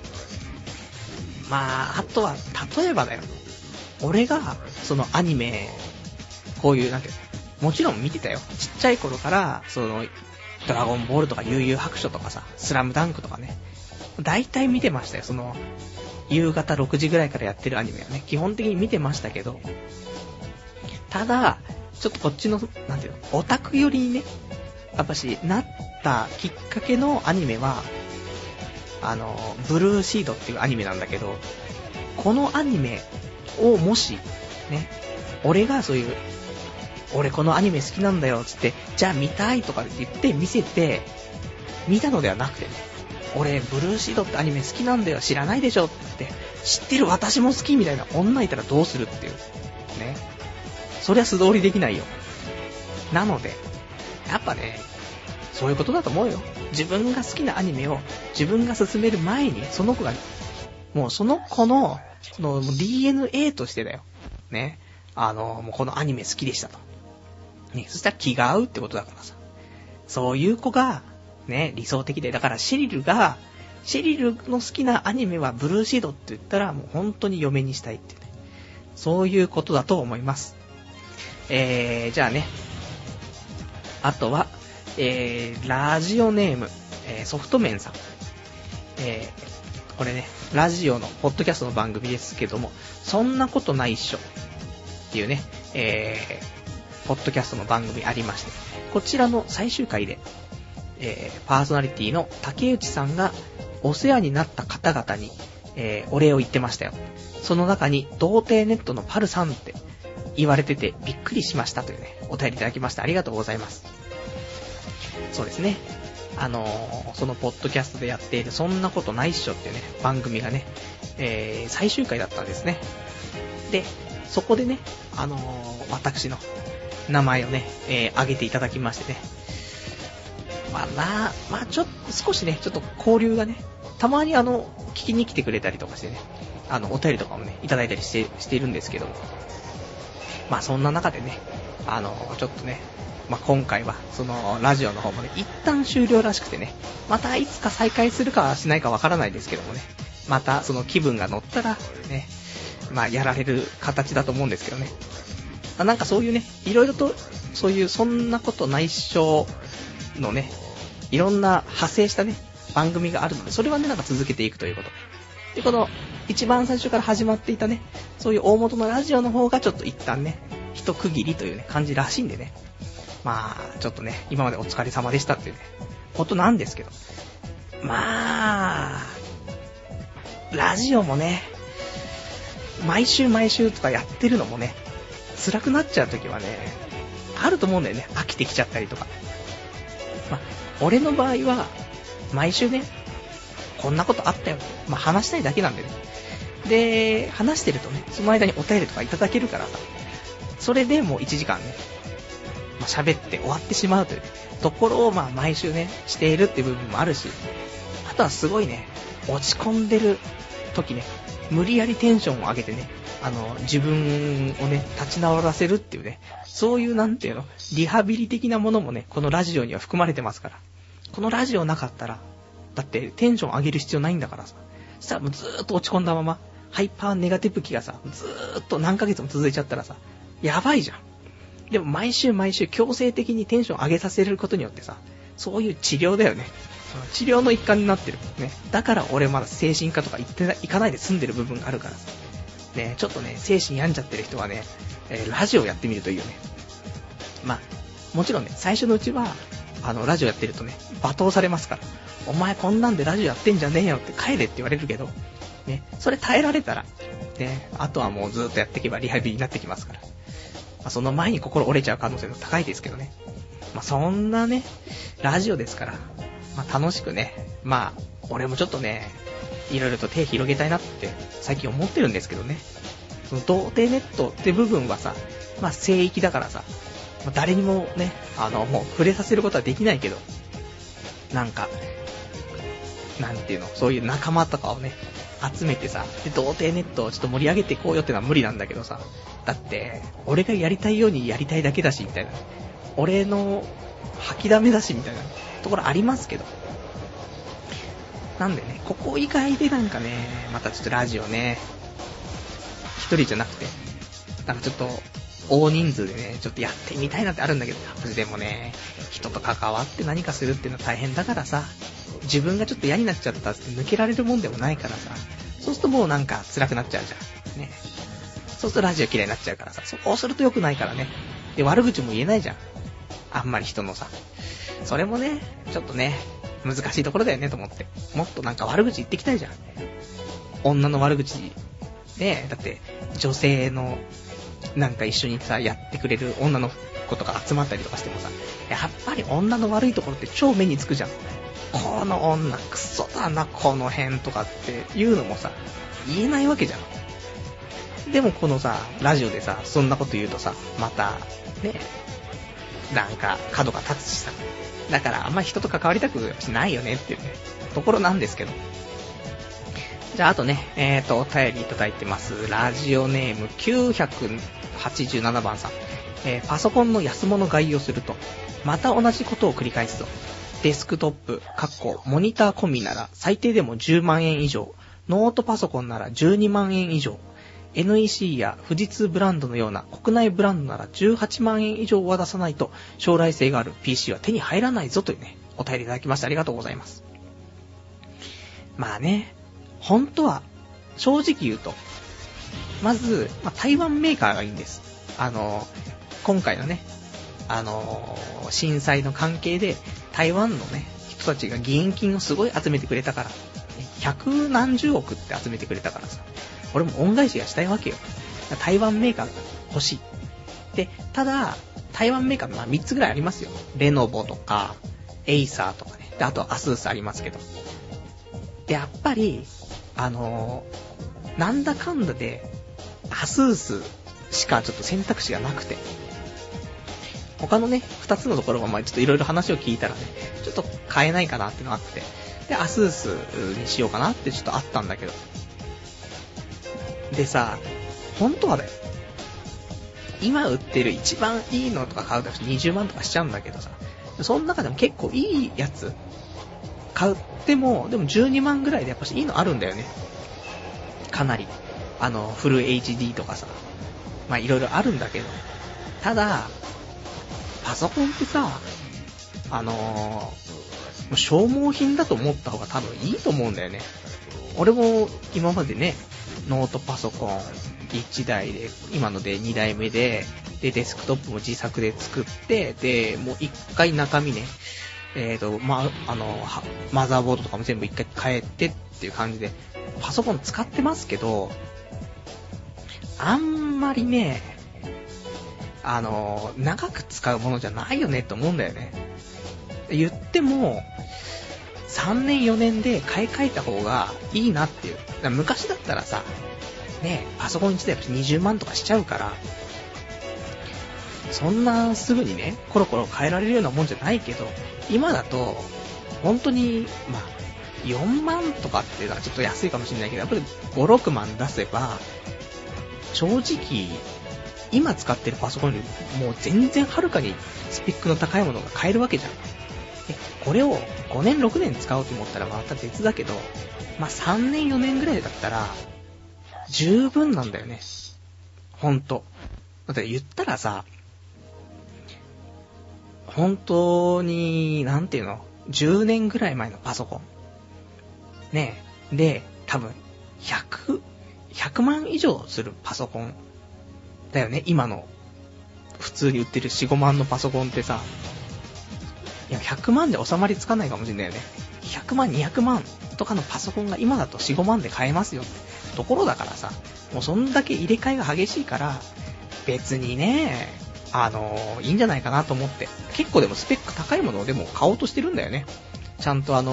まあ、あとは、例えばだよ。俺が、そのアニメ、こういう、なんていうの、もちろん見てたよ。ちっちゃい頃から、ドラゴンボールとか悠々白書とかさ、スラムダンクとかね。大体見てましたよ。夕方6時ぐらいからやってるアニメはね、基本的に見てましたけど、ただ、ちょっとこっちの、なんていうの、オタク寄りにね、やっぱし、なったきっかけのアニメは、ブルーシードっていうアニメなんだけど、このアニメをもし、ね、俺がそういう、俺このアニメ好きなんだよつって、じゃあ見たいとか言って見せて、見たのではなくてね、俺ブルーシードってアニメ好きなんだよ、知らないでしょって言って、知ってる私も好きみたいな女いたらどうするっていう。ね。そりゃ素通りできないよ。なので、やっぱね、そういうことだと思うよ。自分が好きなアニメを自分が進める前に、その子が、もうその子の、DNA としてだよ。ね。もうこのアニメ好きでしたと。ね、そしたら気が合うってことだからさ。そういう子が、ね、理想的で。だからシリルの好きなアニメはブルーシードって言ったら、もう本当に嫁にしたいってね。そういうことだと思います。じゃあね。あとは、ラジオネーム、ソフトメンさん。これね、ラジオの、ポッドキャストの番組ですけども、そんなことないっしょ。っていうね、ポッドキャストの番組ありまして、こちらの最終回で、パーソナリティの竹内さんがお世話になった方々に、お礼を言ってましたよ。その中に童貞ネットのパルさんって言われててびっくりしましたというね、お便りいただきましてありがとうございます。そうですね。そのポッドキャストでやっているそんなことないっしょっていうね、番組がね、最終回だったんですね。で、そこでね、私の名前をね、挙げていただきましてね。まあちょっと、少しね、ちょっと交流がね、たまに聞きに来てくれたりとかしてね、お便りとかもね、いただいたりしているんですけども。まあそんな中でね、ちょっとね、まあ今回は、ラジオの方もね、一旦終了らしくてね、またいつか再開するかしないかわからないですけどもね、またその気分が乗ったら、ね、まあやられる形だと思うんですけどね。なんかそういうね、いろいろと、そういうそんなことないっしょのね、いろんな派生したね、番組があるので、それはね、なんか続けていくということで。 で、この一番最初から始まっていたね、そういう大元のラジオの方がちょっと一旦ね、一区切りというね、感じらしいんでね。まあ、ちょっとね、今までお疲れ様でしたっていうね、ことなんですけど。まあ、ラジオもね、毎週とかやってるのもね、辛くなっちゃうときはね、あると思うんだよね。飽きてきちゃったりとか。まあ、俺の場合は、毎週ね、こんなことあったよ。まあ、話したいだけなんでね。で、話してるとね、その間にお便りとかいただけるからさ、それでもう1時間ね、まあ、喋って終わってしまうというところを、まあ、毎週ね、しているっていう部分もあるし、あとはすごいね、落ち込んでる時ね、無理やりテンションを上げてね、自分をね、立ち直らせるっていうね、そういうなんていうの、リハビリ的なものもね、このラジオには含まれてますから。このラジオなかったら、だってテンション上げる必要ないんだからさ。そしたらもうずーっと落ち込んだまま、ハイパーネガティブ期がさ、ずーっと何ヶ月も続いちゃったらさ、やばいじゃん。でも毎週強制的にテンション上げさせることによってさ、そういう治療だよね。治療の一環になってる。ね。だから俺まだ精神科とか行かないで済んでる部分があるからさ。ね、ちょっとね、精神病んじゃってる人はね、ラジオやってみるといいよね。まあ、もちろんね、最初のうちは、ラジオやってるとね、罵倒されますから。お前こんなんでラジオやってんじゃねえよって帰れって言われるけど、ね、それ耐えられたら、ね、あとはもうずっとやっていけばリハビリになってきますから。まあ、その前に心折れちゃう可能性も高いですけどね。まあ、そんなね、ラジオですから、まあ、楽しくね、まあ、俺もちょっとね、いろいろと手広げたいなって最近思ってるんですけどね。その童貞ネットって部分はさ、まあ聖域だからさ、まあ、誰にもね、もう触れさせることはできないけど、なんか、なんていうの、そういう仲間とかをね、集めてさ、で、童貞ネットをちょっと盛り上げていこうよってのは無理なんだけどさ、だって、俺がやりたいようにやりたいだけだし、みたいな。俺の吐きだめだし、みたいなところありますけど。なんでね、ここ以外でなんかね、またちょっとラジオね、一人じゃなくて、なんかちょっと、大人数でね、ちょっとやってみたいなってあるんだけど、でもね、人と関わって何かするっていうのは大変だからさ、自分がちょっと嫌になっちゃったって抜けられるもんでもないからさ、そうするともうなんか辛くなっちゃうじゃん。ね。そうするとラジオ嫌いになっちゃうからさ、そうすると良くないからね。で、悪口も言えないじゃん。あんまり人のさ。それもね、ちょっとね、難しいところだよねと思って。もっとなんか悪口言ってきたいじゃん。女の悪口。ね、だって女性のなんか一緒にさ、やってくれる女の子とか集まったりとかしてもさ、やっぱり女の悪いところって超目につくじゃん。この女クソだな、この辺とかっていうのもさ、言えないわけじゃん。でもこのさ、ラジオでさ、そんなこと言うとさ、また、ね、なんか角が立つしさ、だからあんまり人と関わりたくないよねっていうね、ところなんですけど。じゃああとね、お便りいただいてます。ラジオネーム987番さん。パソコンの安物買いをすると、また同じことを繰り返すと。デスクトップ、モニター込みなら最低でも10万円以上、ノートパソコンなら12万円以上、NEC や富士通ブランドのような国内ブランドなら18万円以上は出さないと将来性がある PC は手に入らないぞというね、お便りいただきましてありがとうございます。まあね、本当は正直言うと、まず、台湾メーカーがいいんです。今回のね、震災の関係で台湾のね、人たちが義援金をすごい集めてくれたから、百何十億って集めてくれたからさ、俺も恩返しがしたいわけよ。台湾メーカーが欲しい。で、ただ、台湾メーカーの3つぐらいありますよ。レノボとか、エイサーとかね。で、あとはアスースありますけど。で、やっぱり、なんだかんだで、アスースしかちょっと選択肢がなくて。他のね、2つのところはちょっといろいろ話を聞いたらね、ちょっと買えないかなってのがあって。で、アスースにしようかなってちょっとあったんだけど。でさ、本当はだよ。今売ってる一番いいのとか買うと20万とかしちゃうんだけどさ、その中でも結構いいやつ買っても、でも12万ぐらいでやっぱしいいのあるんだよね。かなり。フル HD とかさ、いろいろあるんだけど、ただ、パソコンってさ、消耗品だと思った方が多分いいと思うんだよね。 俺も今までね、ノートパソコン1台で、今ので2台目で、デスクトップも自作で作って、で、もう1回中身ね、マザーボードとかも全部1回変えてっていう感じで、パソコン使ってますけど、あんまりね、長く使うものじゃないよねと思うんだよね。言っても、3年4年で買い替えた方がいいなっていう。昔だったらさ、ね、パソコン1台20万とかしちゃうから、そんなすぐにね、コロコロ変えられるようなもんじゃないけど、今だと、本当に、4万とかっていうのはちょっと安いかもしれないけど、やっぱり5、6万出せば、正直、今使ってるパソコンよりもう全然はるかにスペックの高いものが買えるわけじゃん。これを5年6年使おうと思ったらまた別だけど、3年4年ぐらいだったら十分なんだよね。ほんと。だって言ったらさ、本当になんていうの、10年ぐらい前のパソコンねえで多分100万以上するパソコンだよね。今の普通に売ってる 4,5 万のパソコンってさ、いや100万で収まりつかないかもしれないよね。100万200万とかのパソコンが今だと 4,5 万で買えますよってところだからさ、もうそんだけ入れ替えが激しいから別にね、いいんじゃないかなと思って。結構でもスペック高いものをでも買おうとしてるんだよね。ちゃんと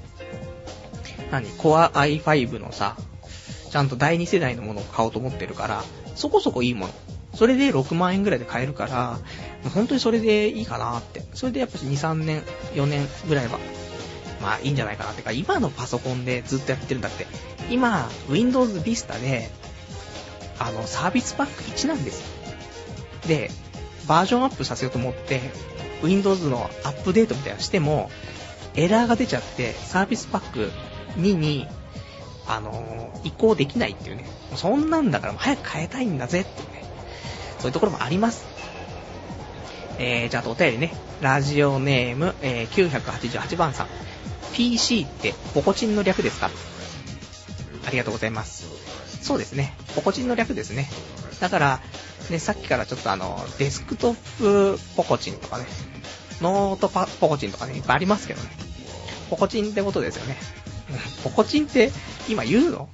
Core i5 のさ、ちゃんと第2世代のものを買おうと思ってるから、そこそこいいもの。それで6万円ぐらいで買えるから、本当にそれでいいかなって。それでやっぱり2、3年、4年ぐらいは、いいんじゃないかなってか、今のパソコンでずっとやってるんだって。今、Windows Vista で、サービスパック1なんですよ。で、バージョンアップさせようと思って、Windows のアップデートみたいなのしても、エラーが出ちゃって、サービスパック2に、移行できないっていうね。そんなんだからもう早く変えたいんだぜっていうね。そういうところもあります。じゃあお便りね。ラジオネーム、988番さん。PC ってポコチンの略ですか？ありがとうございます。そうですね。ポコチンの略ですね。だから、ね、さっきからちょっとデスクトップポコチンとかね、ノートポコチンとかね、いっぱいありますけどね。ポコチンってことですよね。ポコチンって今言うの？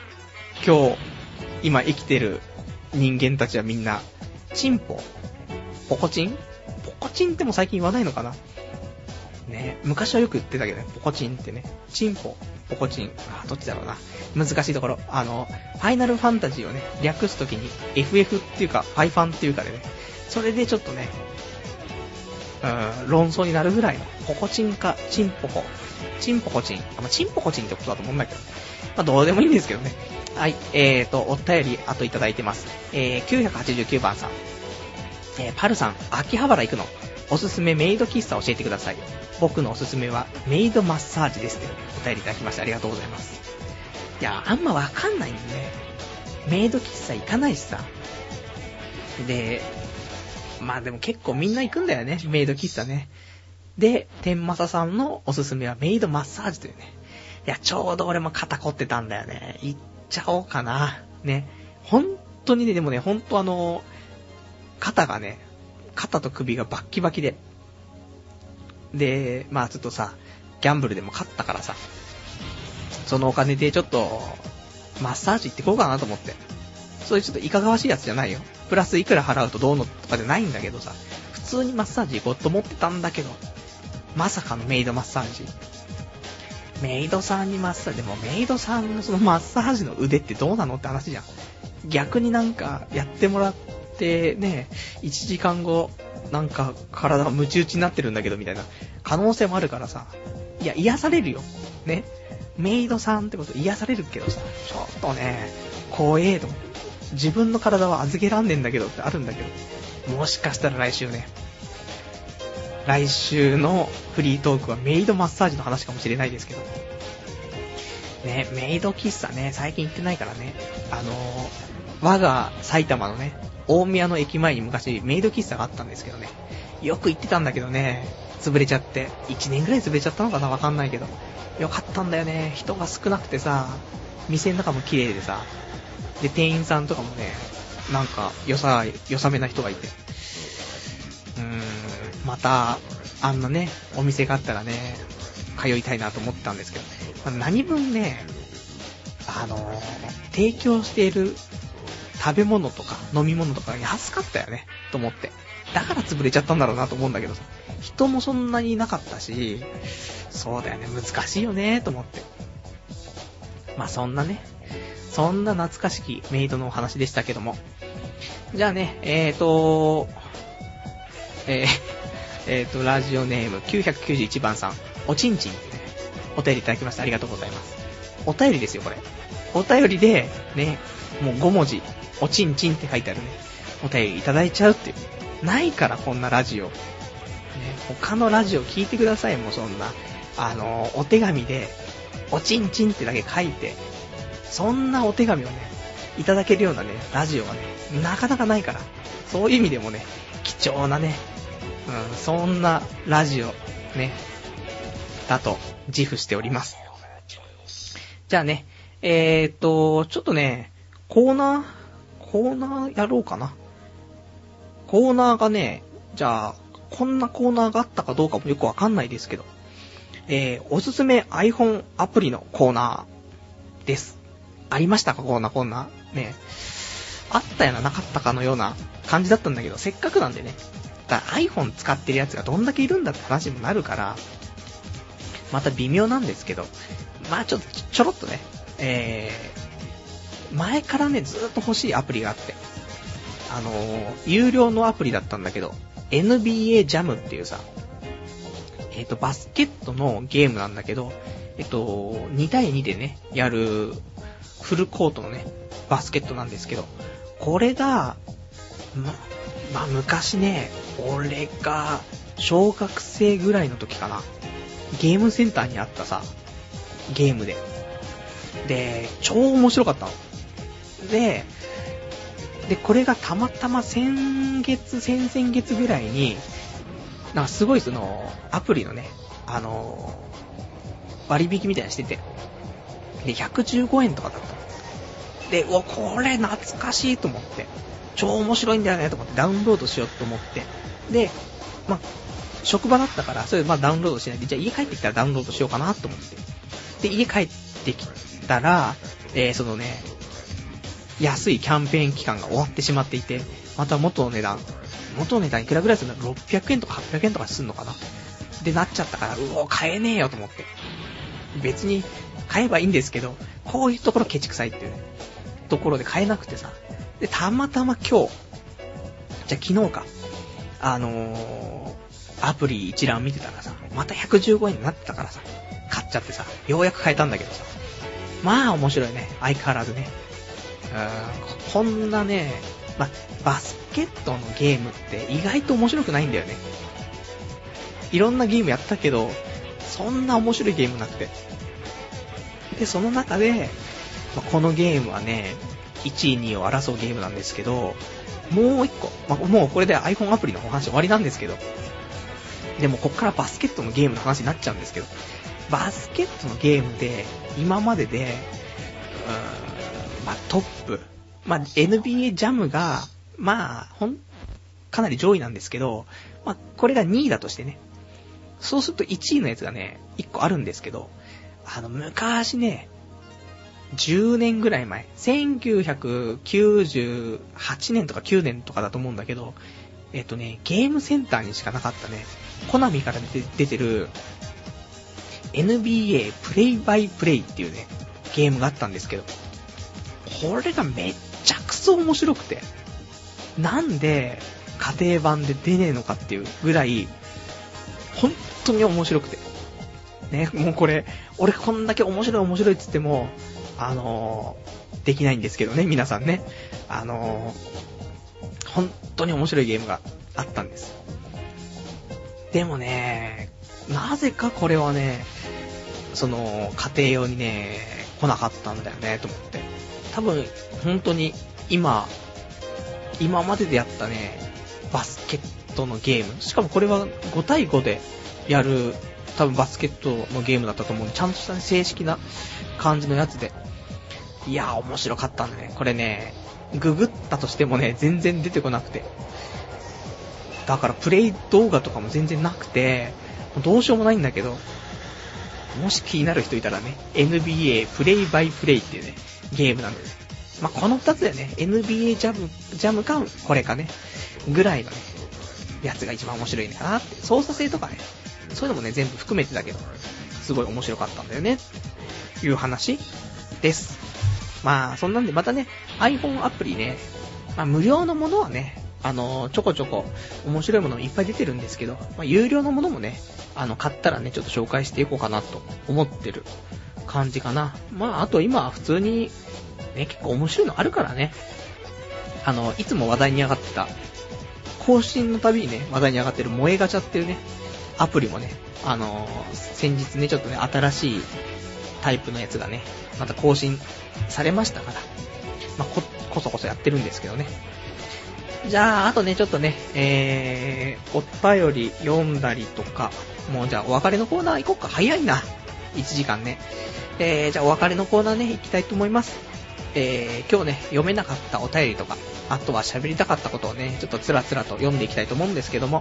今生きてる人間たちはみんな、チンポ？ポコチン？ポコチンってもう最近言わないのかな？ね、昔はよく言ってたけどね、ポコチンってね。チンポ、ポコチン。どっちだろうな。難しいところ。ファイナルファンタジーをね、略すときに FF っていうか、ファイファンっていうかでね、それでちょっとね、論争になるぐらいの、ポコチンか、チンポコ。チンポコチン。チンポコチンってことだと思うんだけど。どうでもいいんですけどね。はい、お便り、あといただいてます。989番さん。パルさん、秋葉原行くの？おすすめメイド喫茶教えてください。僕のおすすめはメイドマッサージですってお便りいただきましてありがとうございます。いや、あんまわかんないんでね。メイド喫茶行かないしさ。で、でも結構みんな行くんだよね、メイド喫茶ね。で、天正さんのおすすめはメイドマッサージというね。いや、ちょうど俺も肩凝ってたんだよね。行っちゃおうかな。ね。本当にね、でもね、本当肩がね、肩と首がバッキバキで。で、ちょっとさ、ギャンブルでも勝ったからさ、そのお金でちょっと、マッサージ行ってこうかなと思って。そういうちょっといかがわしいやつじゃないよ。プラスいくら払うとどうのとかじゃないんだけどさ、普通にマッサージ行こうと思ってたんだけど、まさかのメイドマッサージ。メイドさんにマッサージ、でもメイドさんのそのマッサージの腕ってどうなのって話じゃん。逆になんかやってもらってね、1時間後、なんか体がムチ打ちになってるんだけどみたいな可能性もあるからさ、いや癒されるよね、メイドさんってこと癒されるけどさ、ちょっとね怖えと思って、自分の体は預けらんねんだけどってあるんだけど、もしかしたら来週のフリートークはメイドマッサージの話かもしれないですけどね。メイド喫茶ね、最近行ってないからね。我が埼玉のね、大宮の駅前に昔メイド喫茶があったんですけどね、よく行ってたんだけどね、 潰れちゃって、1年ぐらい潰れちゃったのかな、わかんないけど。よかったんだよね。人が少なくてさ、店の中も綺麗でさ、で、店員さんとかもね、なんか、よさめな人がいて。また、あんなね、お店があったらね、通いたいなと思ったんですけど、何分ね、提供している食べ物とか飲み物とか安かったよね、と思って。だから潰れちゃったんだろうなと思うんだけどさ、人もそんなにいなかったし、そうだよね、難しいよね、と思って。まあそんな懐かしきメイドのお話でしたけども。じゃあね、ラジオネーム991番さん、おちんちんってね、お便りいただきました。ありがとうございます。お便りですよ、これ。お便りで、ね、もう5文字、おちんちんって書いてあるね、お便りいただいちゃうっていう。ないから、こんなラジオ。ね、他のラジオ聞いてください、もうそんな。お手紙で、おちんちんってだけ書いて、そんなお手紙をね、いただけるようなね、ラジオはね、なかなかないから。そういう意味でもね、貴重なね、そんなラジオ、ね、だと自負しております。じゃあね、ちょっとね、コーナーやろうかな。コーナーがね、じゃあ、こんなコーナーがあったかどうかもよくわかんないですけど、おすすめ iPhone アプリのコーナーです。ありましたか、こんなコーナー。ね。あったような、なかったかのような感じだったんだけど、せっかくなんでね、だから iPhone 使ってるやつがどんだけいるんだって話にもなるから、また微妙なんですけど、まあちょろっとね、前からね、ずーっと欲しいアプリがあって、有料のアプリだったんだけど、NBA Jam っていうさ、バスケットのゲームなんだけど、2対2でね、やるフルコートのね、バスケットなんですけど、これが、まあ昔ね、俺が小学生ぐらいの時かな、ゲームセンターにあったさ、ゲームで、超面白かったの。で、これがたまたま先々月ぐらいに、なんかすごいその、アプリのね、割引みたいなのしてて、で、115円とかだった。で、これ懐かしいと思って、超面白いんだよねと思ってダウンロードしようと思って、で、まあ、職場だったから、それダウンロードしないで、じゃあ家帰ってきたらダウンロードしようかなと思って。で、家帰ってきたら、そのね、安いキャンペーン期間が終わってしまっていて、また元の値段いくらぐらいするの ?600 円とか800円とかするのかなでなっちゃったから、買えねえよと思って。別に買えばいいんですけど、こういうところケチくさいっていうね、ところで買えなくてさ。で、たまたま今日、じゃあ昨日か、アプリ一覧見てたらさ、また115円になってたからさ、買っちゃってさ、ようやく買えたんだけどさ、まあ面白いね、相変わらずね。こんなね、バスケットのゲームって意外と面白くないんだよね。いろんなゲームやったけど、そんな面白いゲームなくて。で、その中で、このゲームはね、1位2位を争うゲームなんですけど、もう一個、もうこれで iPhone アプリのお話終わりなんですけど、でもこっからバスケットのゲームの話になっちゃうんですけど、バスケットのゲームで、今までで、トップ、NBA Jam が、かなり上位なんですけど、これが2位だとしてね、そうすると1位のやつがね、1個あるんですけど、昔ね、10年ぐらい前、1998年とか9年とかだと思うんだけど、ゲームセンターにしかなかったね、コナミから出てる NBA プレイバイプレイっていうね、ゲームがあったんですけど、これがめっちゃくそ面白くて、なんで家庭版で出ねえのかっていうぐらい、本当に面白くて。ね、もうこれ、俺こんだけ面白いって言っても、できないんですけどね、皆さんね。本当に面白いゲームがあったんです。でもね、なぜかこれはね、その、家庭用にね、来なかったんだよね、と思って。多分、本当に今まででやったね、バスケットのゲーム。しかもこれは5対5でやる、多分バスケットのゲームだったと思うんで、ちゃんとした、ね、正式な感じのやつで、いやー面白かったんでね、これね、ググったとしてもね、全然出てこなくて、だからプレイ動画とかも全然なくて、どうしようもないんだけど、もし気になる人いたらね、NBA プレイバイプレイっていうね、ゲームなんでね、まあ、この2つでね、NBA ジャムかこれかね、ぐらいのね、やつが一番面白いのかなって、操作性とかね、そういうのもね、全部含めてだけど、すごい面白かったんだよね、という話です。まあ、そんなんでまたね、iPhone アプリね、まあ、無料のものはね、ちょこちょこ面白いものいっぱい出てるんですけど、まあ、有料のものもね、買ったらね、ちょっと紹介していこうかなと思ってる感じかな。まあ、あと今は普通に、ね、結構面白いのあるからね、いつも話題に上がってた、更新のたびにね、話題に上がってる萌えガチャっていうね、アプリもね、先日ね、ちょっとね、新しいタイプのやつがね、また更新されましたから、まあ、こそこそやってるんですけどね。じゃあ、あとね、ちょっとね、お便り読んだりとか、もうじゃあお別れのコーナー行こうか。早いな。1時間ね。じゃあお別れのコーナーね、行きたいと思います。今日ね、読めなかったお便りとか、あとは喋りたかったことをね、ちょっとつらつらと読んでいきたいと思うんですけども、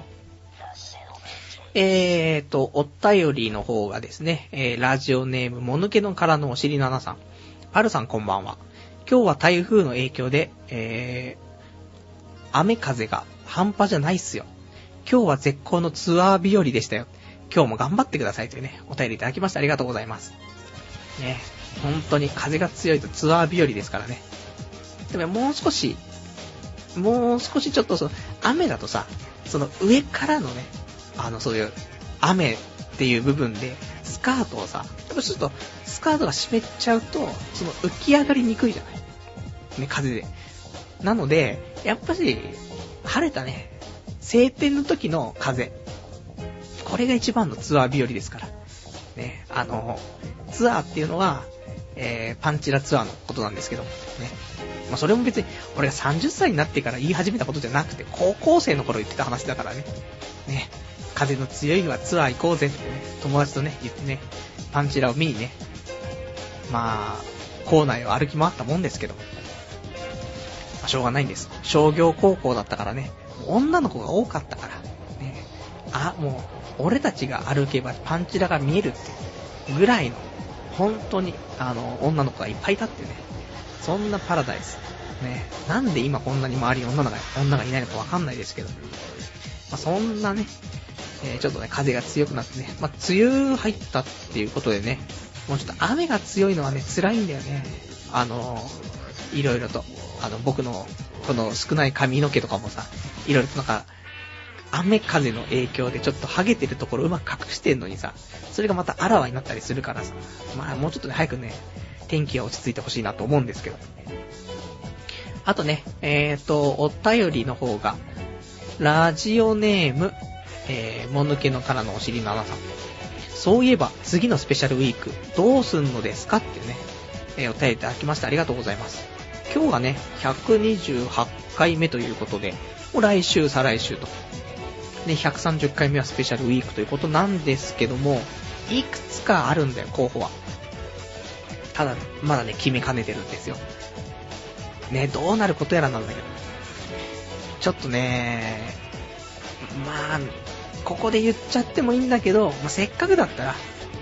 お便りの方がですね、ラジオネームもぬけのからのおしりななさん。あるさんこんばんは。今日は台風の影響で、雨風が半端じゃないっすよ。今日は絶好のツアー日和でしたよ。今日も頑張ってくださいというね、お便りいただきましてありがとうございます。ね、本当に風が強いとツアー日和ですからね。でももう少しちょっと雨だとさ、その上からのね、そういう雨っていう部分でスカートをさ、やっぱちょっとスカートが湿っちゃうと、その浮き上がりにくいじゃないね、風で。なので、やっぱし、晴れたね、晴天の時の風。これが一番のツアー日和ですから。ね、ツアーっていうのは、パンチラツアーのことなんですけど、ね。まあ、それも別に、俺が30歳になってから言い始めたことじゃなくて、高校生の頃言ってた話だからね。ね、風の強い日はツアー行こうぜってね、友達とね、言ってね、パンチラを見にね、まあ、校内を歩き回ったもんですけど、しょうがないんです。商業高校だったからね、女の子が多かったから、ね、もう、俺たちが歩けばパンチラが見えるってぐらいの、本当に、女の子がいっぱいいたっていうね、そんなパラダイス。ね、なんで今こんなに周りに女がいないのかわかんないですけど、まあ、そんなね、ちょっとね、風が強くなってね、まあ、梅雨入ったっていうことでね、もうちょっと雨が強いのはね、辛いんだよね。いろいろと。僕の、この少ない髪の毛とかもさ、いろいろとなんか、雨風の影響でちょっとハゲてるところうまく隠してんのにさ、それがまたあらわになったりするからさ、まあもうちょっとね、早くね、天気が落ち着いてほしいなと思うんですけど。あとね、お便りの方が、ラジオネーム、もぬけのからのおしりななさん。そういえば、次のスペシャルウィーク、どうすんのですかっていうね、お便りいただきましてありがとうございます。今日がね、128回目ということで、来週、再来週と。で、130回目はスペシャルウィークということなんですけども、いくつかあるんだよ、候補は。ただ、まだね、決めかねてるんですよ。ね、どうなることやらなんだけど。ちょっとね、まあ、ここで言っちゃってもいいんだけど、まあ、せっかくだったら、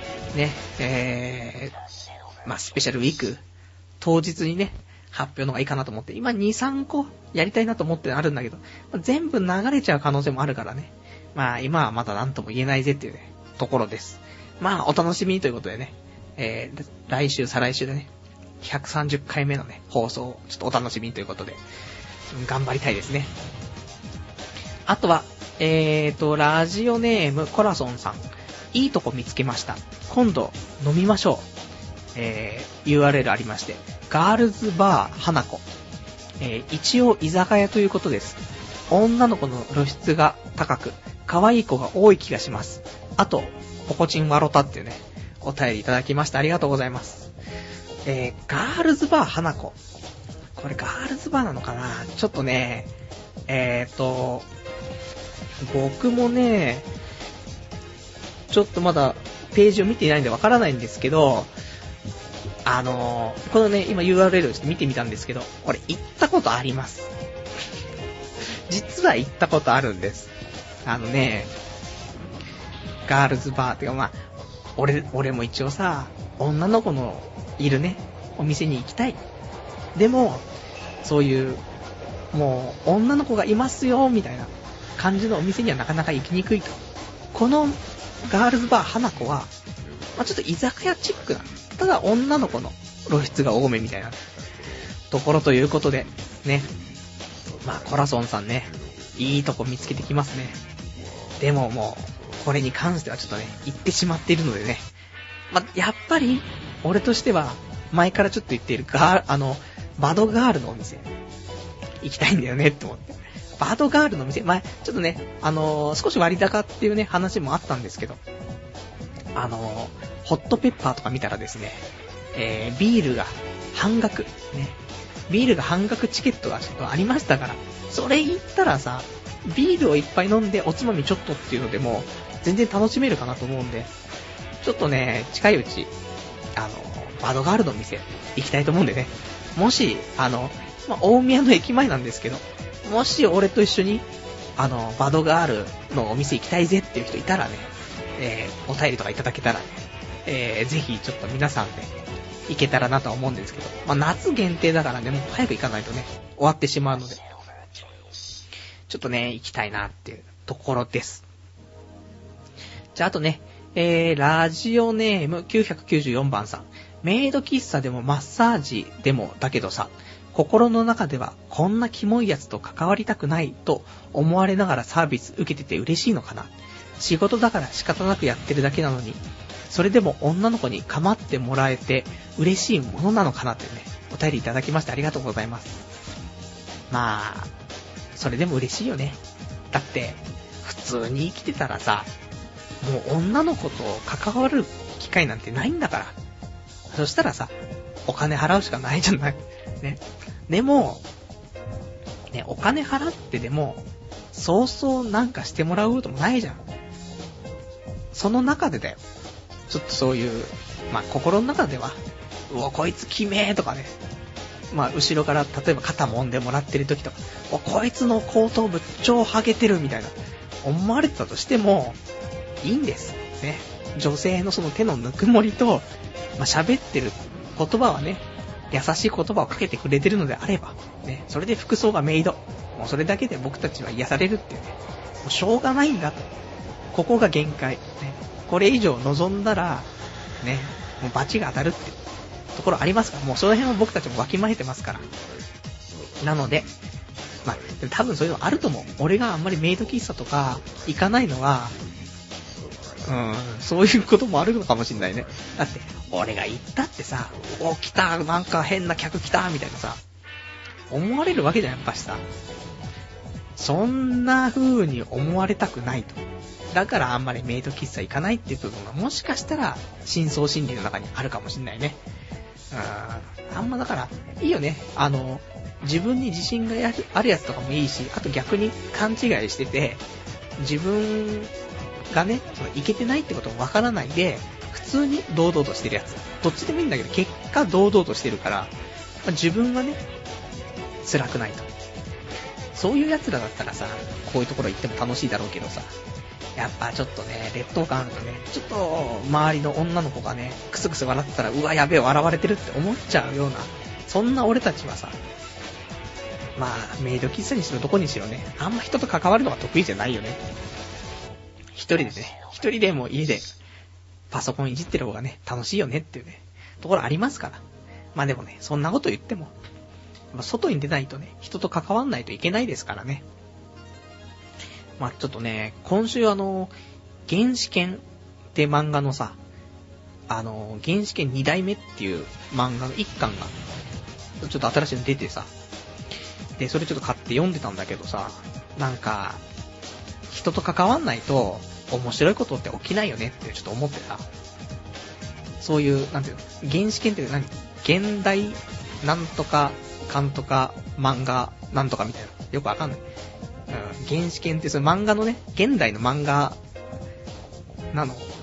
ね、まあ、スペシャルウィーク、当日にね、発表の方がいいかなと思って、今2、3個やりたいなと思ってあるんだけど、まあ、全部流れちゃう可能性もあるからね。まあ、今はまだ何とも言えないぜっていうね、ところです。まあ、お楽しみということでね、来週、再来週でね、130回目のね、放送をちょっとお楽しみということで、頑張りたいですね。あとは、ラジオネームコラソンさん。いいとこ見つけました。今度飲みましょう。URL ありまして、ガールズバー花子。一応居酒屋ということです。女の子の露出が高く、可愛い子が多い気がします。あと、ポコチンワロタっていうね、お便りいただきましてありがとうございます。ガールズバー花子。これガールズバーなのかな？ちょっとね、僕もね、 ちょっとまだページを見ていないんでわからないんですけど、このね、今 URL をちょっと見てみたんですけど、これ行ったことあります。実は行ったことあるんです。ガールズバーっていうか、まあ、俺も一応さ、女の子のいるね、お店に行きたい。でも、そういう、もう、女の子がいますよ、みたいな感じのお店にはなかなか行きにくいと。このガールズバー花子は、まあ、ちょっと居酒屋チックな、ただ女の子の露出が多めみたいなところということで、ね。まあ、コラソンさんね、いいとこ見つけてきますね。でももう、これに関してはちょっとね、言ってしまっているのでね。まあ、やっぱり、俺としては、前からちょっと言っているバドガールのお店、行きたいんだよねって思って。バドガールのお店、前、ちょっとね、少し割高っていうね、話もあったんですけど、ホットペッパーとか見たらですね、ビールが半額、ね、ビールが半額チケットがちょっとありましたから、それ言ったらさ、ビールをいっぱい飲んでおつまみちょっとっていうのでも、全然楽しめるかなと思うんで、ちょっとね、近いうち、バドガールの店、行きたいと思うんでね、もし、まあ、大宮の駅前なんですけど、もし俺と一緒に、バドガールのお店行きたいぜっていう人いたらね、お便りとかいただけたらね、ぜひちょっと皆さんで、行けたらなとは思うんですけど、まあ、夏限定だからね、もう早く行かないとね、終わってしまうので、ちょっとね、行きたいなっていうところです。じゃあ、あとね、ラジオネーム994番さん。メイド喫茶でもマッサージでもだけどさ、心の中ではこんなキモいやつと関わりたくないと思われながらサービス受けてて嬉しいのかな。仕事だから仕方なくやってるだけなのに、それでも女の子に構ってもらえて嬉しいものなのかなってね、お便りいただきましてありがとうございます。まあ、それでも嬉しいよね。だって、普通に生きてたらさ、もう女の子と関わる機会なんてないんだから。そしたらさ、お金払うしかないじゃない。ね。でも、ね、お金払ってでも、そうそうなんかしてもらうこともないじゃん。その中でだよ。ちょっとそういう、まあ心の中では、うわ、こいつキメーとかね。まあ後ろから例えば肩揉んでもらってる時とか、お、こいつの後頭部超ハゲてるみたいな、思われてたとしても、いいんです。ね。女性のその手のぬくもりと、まあ喋ってる言葉はね、優しい言葉をかけてくれてるのであれば、ね、それで服装がメイド。もうそれだけで僕たちは癒されるっていうね、もうしょうがないんだと。ここが限界。ね。これ以上望んだら、ね、もうバチが当たるっていうところありますから、もうその辺は僕たちもわきまえてますから。なので、まあ、多分そういうのあると思う。俺があんまりメイド喫茶とか行かないのは、そういうこともあるのかもしんないね。だって、俺が行ったってさ、お、来た、なんか変な客来た、みたいなさ、思われるわけじゃん、やっぱしさ。そんな風に思われたくないと。だからあんまりメイド喫茶行かないっていう部分がもしかしたら深層心理の中にあるかもしんないね。あんまだから、いいよね。自分に自信があるやつとかもいいし、あと逆に勘違いしてて、自分がね、いけてないってこともわからないで、普通に堂々としてるやつ。どっちでもいいんだけど、結果堂々としてるから、まあ、自分はね、辛くないと。そういうやつらだったらさ、こういうところ行っても楽しいだろうけどさ、やっぱちょっとね、劣等感あるとね、ちょっと周りの女の子がね、クスクス笑ってたら、うわ、やべえ、笑われてるって思っちゃうような、そんな俺たちはさ、まあ、メイド喫茶にしろどこにしろね、あんま人と関わるのが得意じゃないよね。一人でも家でパソコンいじってる方がね、楽しいよねっていうね、ところありますから。まあでもね、そんなこと言っても、外に出ないとね、人と関わんないといけないですからね。まあちょっとね、今週原始圏って漫画のさ、原始圏2代目っていう漫画の1巻が、ちょっと新しいの出てさ、で、それちょっと買って読んでたんだけどさ、なんか、人と関わんないと面白いことって起きないよねってちょっと思ってさ、そういう、なんていうの、原始圏って何？現代なんとか、かんとか、漫画なんとかみたいな。よくわかんない。原始圏ってその漫画のね、現代の漫画なの。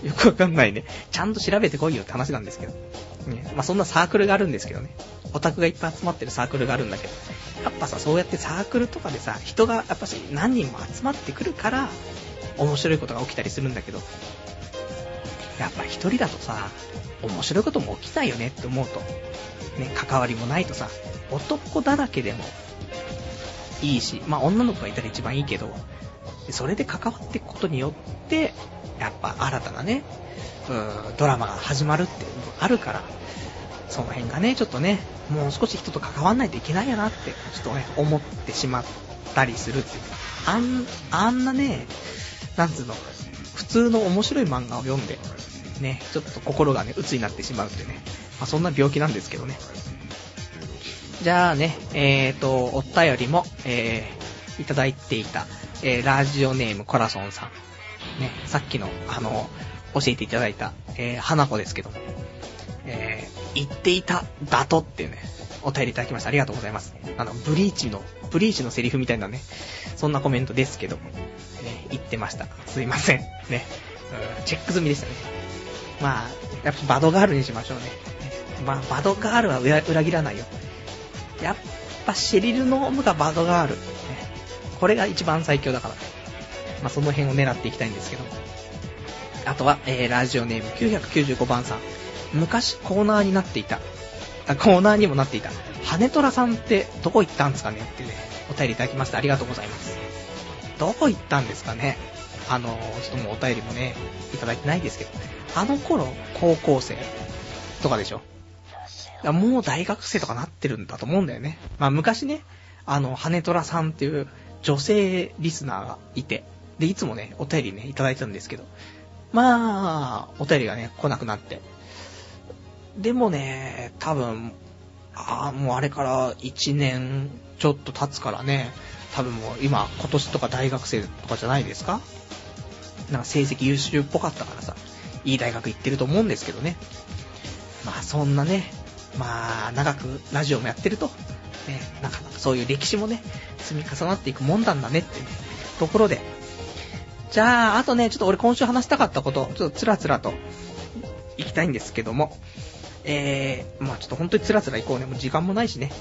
よくわかんないね。ちゃんと調べてこいよって話なんですけど。ね、まあそんなサークルがあるんですけどね。オタクがいっぱい集まってるサークルがあるんだけど。やっぱさ、そうやってサークルとかでさ、人がやっぱし何人も集まってくるから、面白いことが起きたりするんだけど、やっぱ一人だとさ、面白いことも起きないよねって思うと、ね、関わりもないとさ、男だらけでもいいし、まあ女の子がいたら一番いいけど、それで関わっていくことによって、やっぱ新たなね、ドラマが始まるっていうのがあるから、その辺がね、ちょっとね、もう少し人と関わんないといけないよなって、ちょっとね、思ってしまったりするっていう。あんなね、なんつうの、普通の面白い漫画を読んで、ね、ちょっと心がね、鬱になってしまうってね、まあそんな病気なんですけどね。じゃあね、お便りも、いただいていた、ラジオネームコラソンさん。ね、さっきの、教えていただいた、花子ですけども、言っていた、だとっていうね、お便りいただきました。ありがとうございます。ブリーチのセリフみたいなね、そんなコメントですけども、ね、言ってました。すいません。ね、チェック済みでしたね。まあ、やっぱバドガールにしましょうね。まあ、バドガールは裏切らないよ。やっぱシェリル・ノームがバドガール。ね、これが一番最強だから。まあ、その辺を狙っていきたいんですけども。あとは、ラジオネーム995番さん。昔コーナーになっていた。コーナーにもなっていた。羽虎さんってどこ行ったんですかねってね、お便りいただきました。ありがとうございます。どこ行ったんですかね。ちょっともうお便りもね、いただいてないですけど。あの頃、高校生とかでしょ。もう大学生とかなってるんだと思うんだよね。まあ昔ね、羽虎さんっていう女性リスナーがいて、で、いつもね、お便りね、いただいてたんですけど、まあ、お便りがね、来なくなって。でもね、多分、もうあれから1年ちょっと経つからね、多分もう今年とか大学生とかじゃないですか？なんか成績優秀っぽかったからさ、いい大学行ってると思うんですけどね。まあそんなね、まあ長くラジオもやってると、ね、なんかそういう歴史もね、積み重なっていくもんなんだねってね、ところで。じゃあ、あとね、ちょっと俺今週話したかったこと、ちょっとつらつらと行きたいんですけども、まあちょっと本当につらつら行こうね、もう時間もないしね。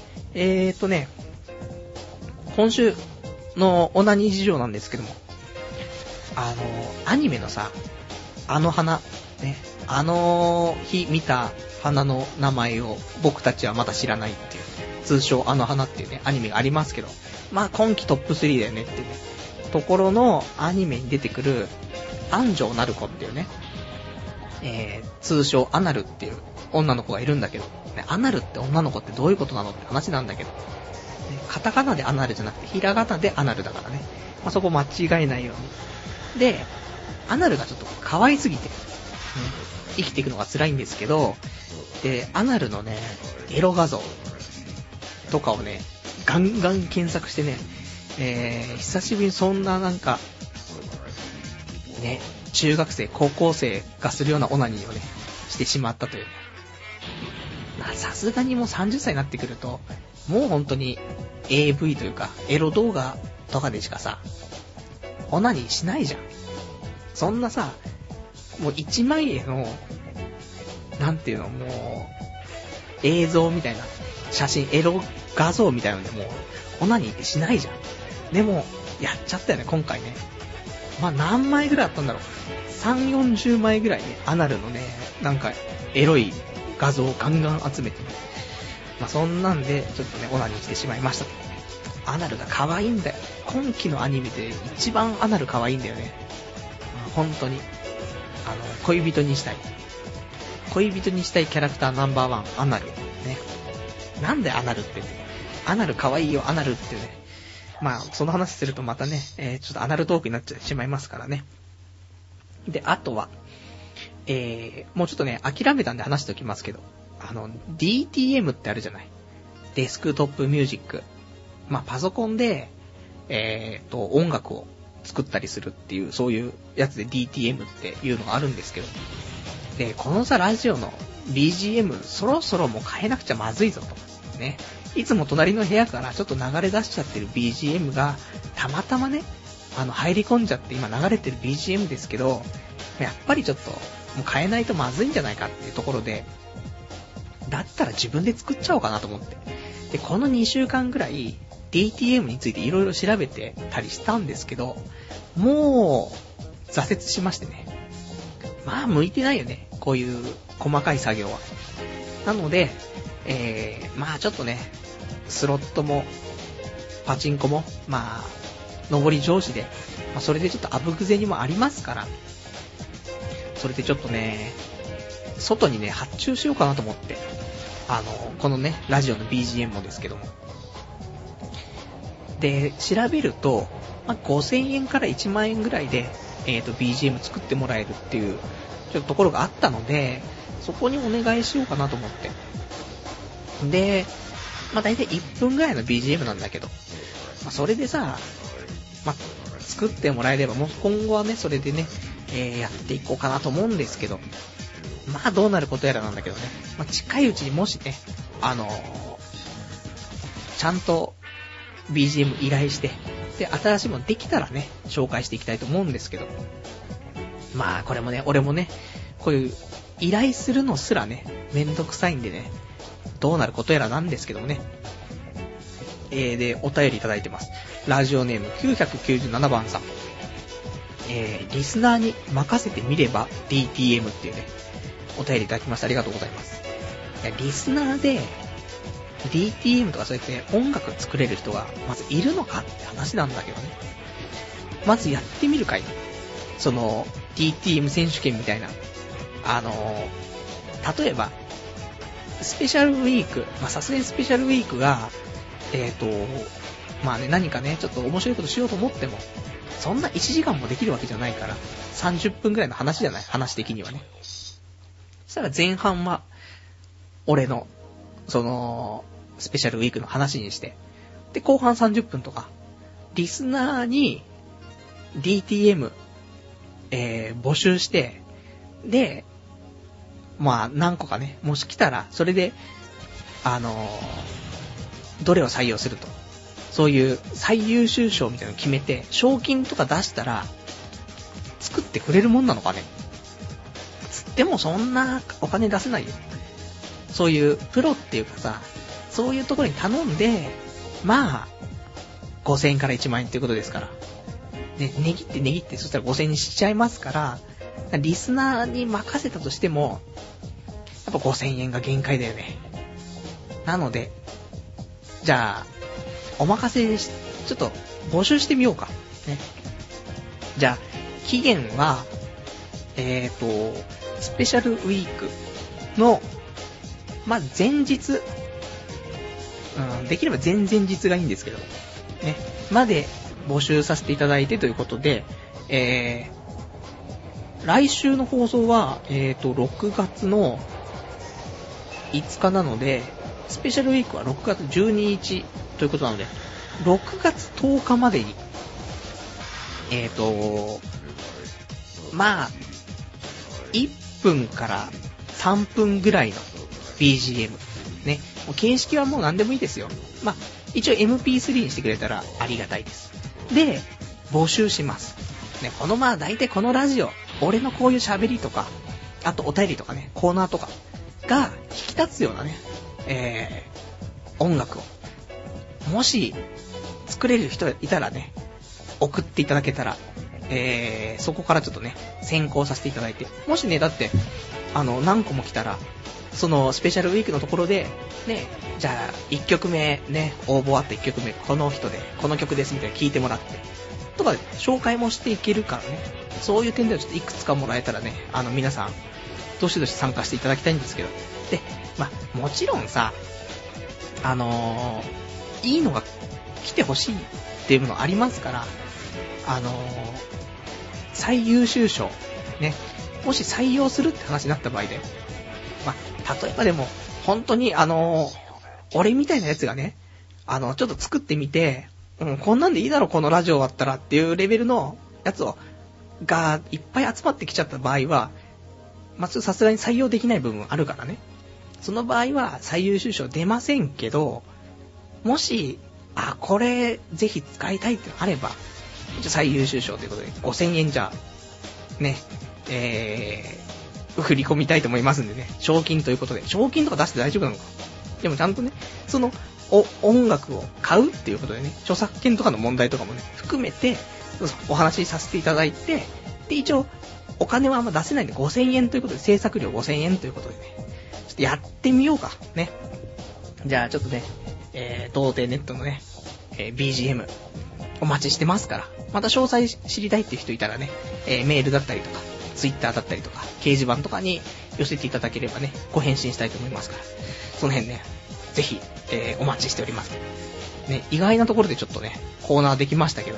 今週のオナニー事情なんですけども、アニメのさ、あの花、ね、あの日見た花の名前を僕たちはまだ知らないっていう、通称あの花っていうね、アニメがありますけど、まあ今季トップ3だよねっていうね、ところのアニメに出てくる、安城なる子っていうね、通称アナルっていう女の子がいるんだけど、ね、アナルって女の子ってどういうことなのって話なんだけど、ね、カタカナでアナルじゃなくて、ひらがなでアナルだからね、まあ、そこ間違えないように。で、アナルがちょっと可愛すぎて、ね、生きていくのが辛いんですけど、で、アナルのね、エロ画像とかをね、ガンガン検索してね、久しぶりにそんななんか、ね、中学生、高校生がするようなオナニーをね、してしまったという。さすがにもう30歳になってくると、もう本当に AV というか、エロ動画とかでしかさ、オナニーしないじゃん。そんなさ、もう1万円の、なんていうの、もう、映像みたいな、写真、エロ画像みたいなのでもう、オナニーってしないじゃん。でも、やっちゃったよね、今回ね。まあ何枚ぐらいあったんだろう。3、40枚ぐらいね、アナルのね、なんか、エロい画像をガンガン集めてね。まあそんなんで、ちょっとね、オナニーしてしまいました。アナルが可愛いんだよ。今期のアニメで一番アナル可愛いんだよね。まあ、本当に。恋人にしたい。恋人にしたいキャラクターナンバー1、アナル。ね。なんでアナルってね。アナル可愛いよ、アナルってね。まあ、その話するとまたね、ちょっとアナルトークになっちゃってしまいますからね。で、あとは、もうちょっとね、諦めたんで話しておきますけど、DTM ってあるじゃない。デスクトップミュージック。まあ、パソコンで、音楽を作ったりするっていう、そういうやつで DTM っていうのがあるんですけど。で、このさ、ラジオの BGM、そろそろもう変えなくちゃまずいぞと。ね。いつも隣の部屋からちょっと流れ出しちゃってる BGM が、たまたまね、入り込んじゃって今流れてる BGM ですけど、 やっぱりちょっと、もう変えないとまずいんじゃないかっていうところで、だったら自分で作っちゃおうかなと思って。で、この2週間ぐらい、DTM についていろいろ調べてたりしたんですけど、もう、挫折しましてね。まあ、向いてないよね。こういう細かい作業は。なので、まあちょっとね、スロットも、パチンコも、まあ、上り上司で、まあそれでちょっとあぶく銭もありますから、それでちょっとね、外にね、発注しようかなと思って、このね、ラジオの BGM もですけども。で、調べると、まあ、5000円から1万円ぐらいで、BGM 作ってもらえるっていう、ちょっとところがあったので、そこにお願いしようかなと思って。で、まあ、大体1分ぐらいの BGM なんだけど、まあ、それでさ、まあ、作ってもらえれば、もう今後はね、それでね、やっていこうかなと思うんですけど、まあどうなることやらなんだけどね、まあ、近いうちにもしね、ちゃんと BGM 依頼して、で、新しいものできたらね、紹介していきたいと思うんですけど、まあこれもね、俺もね、こういう依頼するのすらね、めんどくさいんでね、どうなることやらなんですけどもね。で、お便りいただいてます。ラジオネーム997番さん。リスナーに任せてみれば DTM っていうね、お便りいただきました。ありがとうございます。いや、リスナーで DTM とかそうやって音楽作れる人がまずいるのかって話なんだけどね。まずやってみるかい。その DTM 選手権みたいな。例えば、スペシャルウィーク、まあ、さすがにスペシャルウィークが、まあね、何かね、ちょっと面白いことしようと思っても、そんな1時間もできるわけじゃないから、30分くらいの話じゃない、話的にはね。そしたら前半は、俺の、その、スペシャルウィークの話にして、で、後半30分とか、リスナーに、DTM、募集して、で、まあ、何個かね、もし来たら、それで、どれを採用すると。そういう最優秀賞みたいなのを決めて、賞金とか出したら、作ってくれるもんなのかね。つってもそんなお金出せないよ。そういうプロっていうかさ、そういうところに頼んで、まあ、5000円から1万円っていうことですから。ね、値切って、そしたら5000円にしちゃいますから、リスナーに任せたとしても、やっぱ5000円が限界だよね。なので、じゃあ、お任せし、ちょっと募集してみようか。ね。じゃあ、期限は、スペシャルウィークの、まあ、前日、できれば前々日がいいんですけど、ね、まで募集させていただいてということで、来週の放送は、6月の5日なので、スペシャルウィークは6月12日ということなので、6月10日までに、まあ、1分から3分ぐらいの BGM。ね。もう形式はもう何でもいいですよ。まあ、一応 MP3 にしてくれたらありがたいです。で、募集します。ね、このまあ大体このラジオ、俺のこういう喋りとか、あとお便りとかね、コーナーとかが引き立つようなね、音楽を、もし作れる人いたらね、送っていただけたら、そこからちょっとね、先行させていただいて、もしね、だって、何個も来たら、そのスペシャルウィークのところで、ね、じゃあ、1曲目ね、応募あった1曲目、この人で、この曲ですみたいな聞いてもらって、とか、紹介もしていけるからね、そういう点ではちょっといくつかもらえたらね、皆さん、どしどし参加していただきたいんですけど、で、まあ、もちろんさ、いいのが来てほしいっていうのありますから、最優秀賞、ね、もし採用するって話になった場合で、まあ、例えばでも、本当に俺みたいなやつがね、ちょっと作ってみて、こんなんでいいだろこのラジオ終わったらっていうレベルのやつがいっぱい集まってきちゃった場合は、まあ、さすがに採用できない部分あるからね。その場合は最優秀賞出ませんけど、もし、これぜひ使いたいってのあれば、一応最優秀賞ということで5000円じゃ、ね、 振り込みたいと思いますんでね、賞金ということで、賞金とか出して大丈夫なのか。でもちゃんとね、その音楽を買うっていうことでね、著作権とかの問題とかもね、含めて、お話しさせていただいて、で、一応、お金はあんま出せないんで5000円ということで、制作料5000円ということでね、ちょっとやってみようか。ね。じゃあちょっとね、童貞ネットのね、BGM、お待ちしてますから、また詳細知りたいっていう人いたらね、メールだったりとか、ツイッターだったりとか、掲示板とかに寄せていただければね、ご返信したいと思いますから、その辺ね、ぜひ、お待ちしております。ね、意外なところでちょっとね、コーナーできましたけど。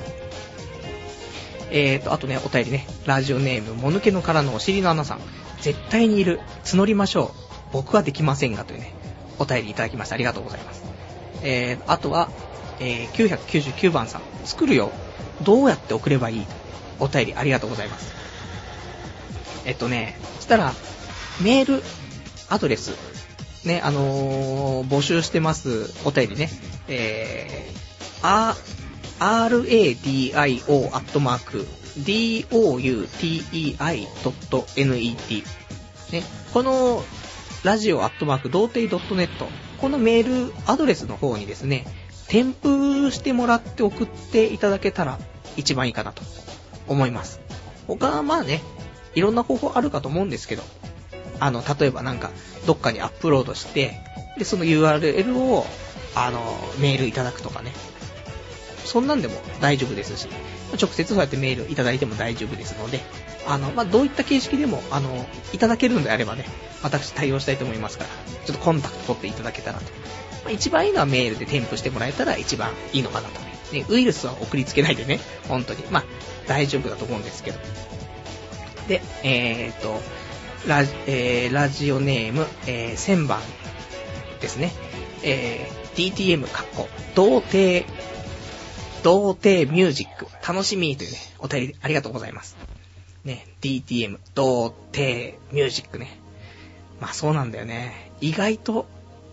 あとね、お便りね、ラジオネーム、もぬけのからのお尻の穴さん、絶対にいる、募りましょう、僕はできませんが、というね、お便りいただきました。ありがとうございます。あとは、999番さん、作るよ、どうやって送ればいい、お便りありがとうございます。そしたら、メール、アドレス、ね、募集してます、お便りね、radio@doutei.net ね、このラジオ童貞 .net このメールアドレスの方にですね、添付してもらって送っていただけたら一番いいかなと思います。他はまあね、いろんな方法あるかと思うんですけど、例えばなんかどっかにアップロードして、でその URL をメールいただくとかね、そんなんでも大丈夫ですし、直接そうやってメールいただいても大丈夫ですので、どういった形式でもいただけるのであればね、私対応したいと思いますから、ちょっとコンタクト取っていただけたらと。一番いいのはメールで添付してもらえたら一番いいのかなとね。ウイルスは送りつけないでね、本当に大丈夫だと思うんですけど。で、ラジオネーム、1000番ですね。DTM 童貞ミュージック楽しみというね、お便りありがとうございます。ね、DTM 童貞ミュージックね。そうなんだよね。意外と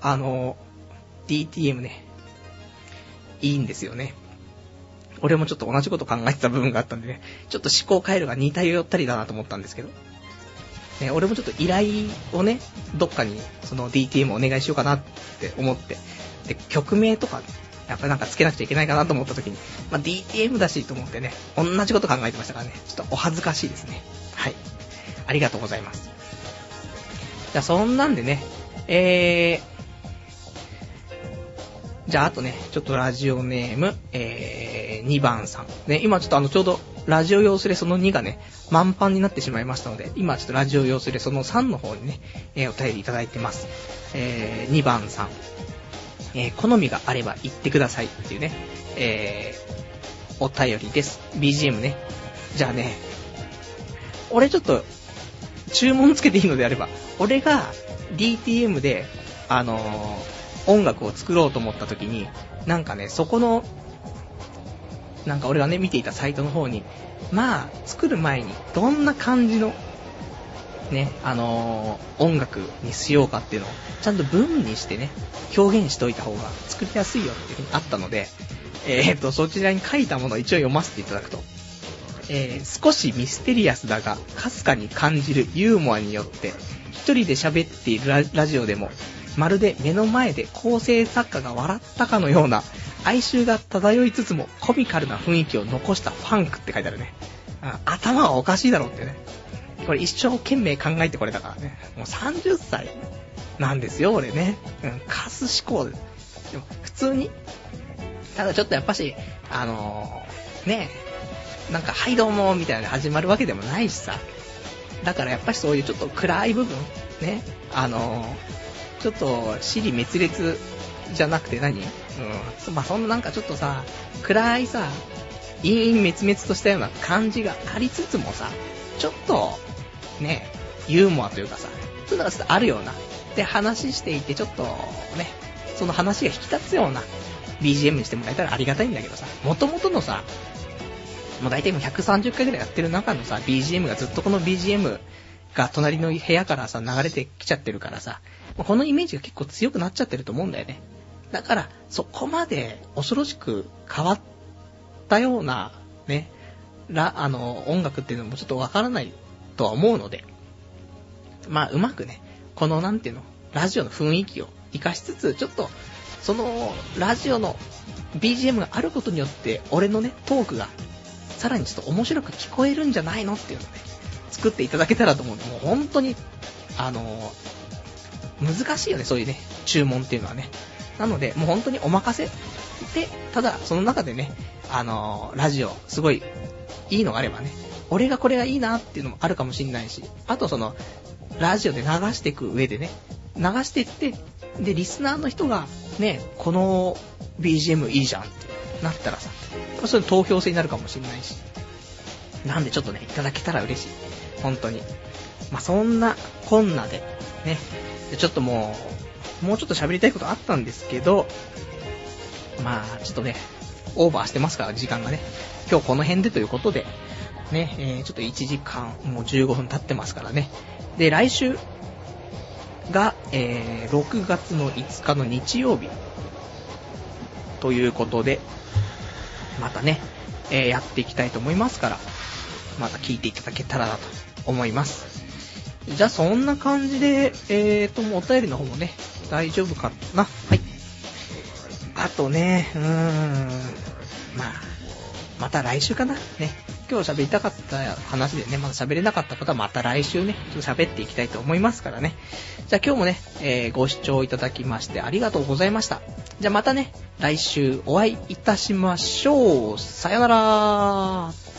DTM ね、いいんですよね。俺もちょっと同じこと考えてた部分があったんでね、ちょっと思考回路が似たり寄ったりだなと思ったんですけど、ね、俺もちょっと依頼をね、どっかにその DTM お願いしようかなって思って、で曲名とかやっぱりなんかつけなくちゃいけないかなと思った時に、DTM だしと思ってね、同じこと考えてましたからね、ちょっとお恥ずかしいですね。はい、ありがとうございます。じゃあそんなんでね、じゃああとね、ちょっとラジオネーム、2番さんね、今ちょっとちょうどラジオ用スレその2がね満帆になってしまいましたので、今ちょっとラジオ用スレその3の方にね、お便りいただいてます。2番さん、好みがあれば言ってくださいっていうね、お便りです。 BGM ね。じゃあね、俺ちょっと注文つけていいのであれば、俺が DTM で音楽を作ろうと思った時に、なんかね、そこのなんか俺がね見ていたサイトの方に、作る前にどんな感じのね、音楽にしようかっていうのをちゃんと文にしてね表現しといた方が作りやすいよっていう風にあったので、そちらに書いたものを一応読ませていただくと、少しミステリアスだがかすかに感じるユーモアによって一人で喋っている ラジオでもまるで目の前で構成作家が笑ったかのような哀愁が漂いつつもコミカルな雰囲気を残したファンクって書いてあるね。頭はおかしいだろうってね。これ一生懸命考えてこれだからね。もう30歳なんですよ俺ね。カス思考です。でも普通に、ただちょっとやっぱしね、なんかはいどうもみたいなので始まるわけでもないしさ。だからやっぱしそういうちょっと暗い部分ね、ちょっと尻滅裂じゃなくて何？そんななんかちょっとさ、暗いさ、陰々滅滅としたような感じがありつつもさ、ちょっとね、ユーモアというかさ、そういうのがちょっとあるようなで話していて、ちょっとね、その話が引き立つような BGM にしてもらえたらありがたいんだけどさ、元々のさ、もう大体もう130回ぐらいやってる中のさ BGM がずっとこの BGM が隣の部屋からさ流れてきちゃってるからさ、このイメージが結構強くなっちゃってると思うんだよね。だからそこまで恐ろしく変わったようなね、音楽っていうのもちょっとわからないとは思うので、まあうまくね、このなんていうの、ラジオの雰囲気を活かしつつ、ちょっとそのラジオの BGM があることによって俺のねトークがさらにちょっと面白く聞こえるんじゃないのっていうのをね作っていただけたらと思うんで、もう本当に難しいよね、そういうね注文っていうのはね。なのでもう本当にお任せで、ただその中でねラジオすごいいいのがあればね、俺がこれがいいなっていうのもあるかもしれないし、あとそのラジオで流していく上でね、流していって、でリスナーの人がねこの BGM いいじゃんってなったらさ、それ投票制になるかもしれないし、なんでちょっとねいただけたら嬉しい、本当に。まあそんなこんなでね、ちょっともうちょっと喋りたいことあったんですけど、まあちょっとねオーバーしてますから時間がね、今日この辺でということでね、ちょっと1時間もう15分経ってますからね。で来週が、6月の5日の日曜日ということで、またね、やっていきたいと思いますから、また聞いていただけたらなと思います。じゃあそんな感じで、もうお便りの方もね大丈夫かな。はい。あとね、また来週かなね。今日喋りたかった話でね、まだ喋れなかったことはまた来週ね、ちょっと喋っていきたいと思いますからね。じゃあ今日もね、ご視聴いただきましてありがとうございました。じゃあまたね、来週お会いいたしましょう。さよなら。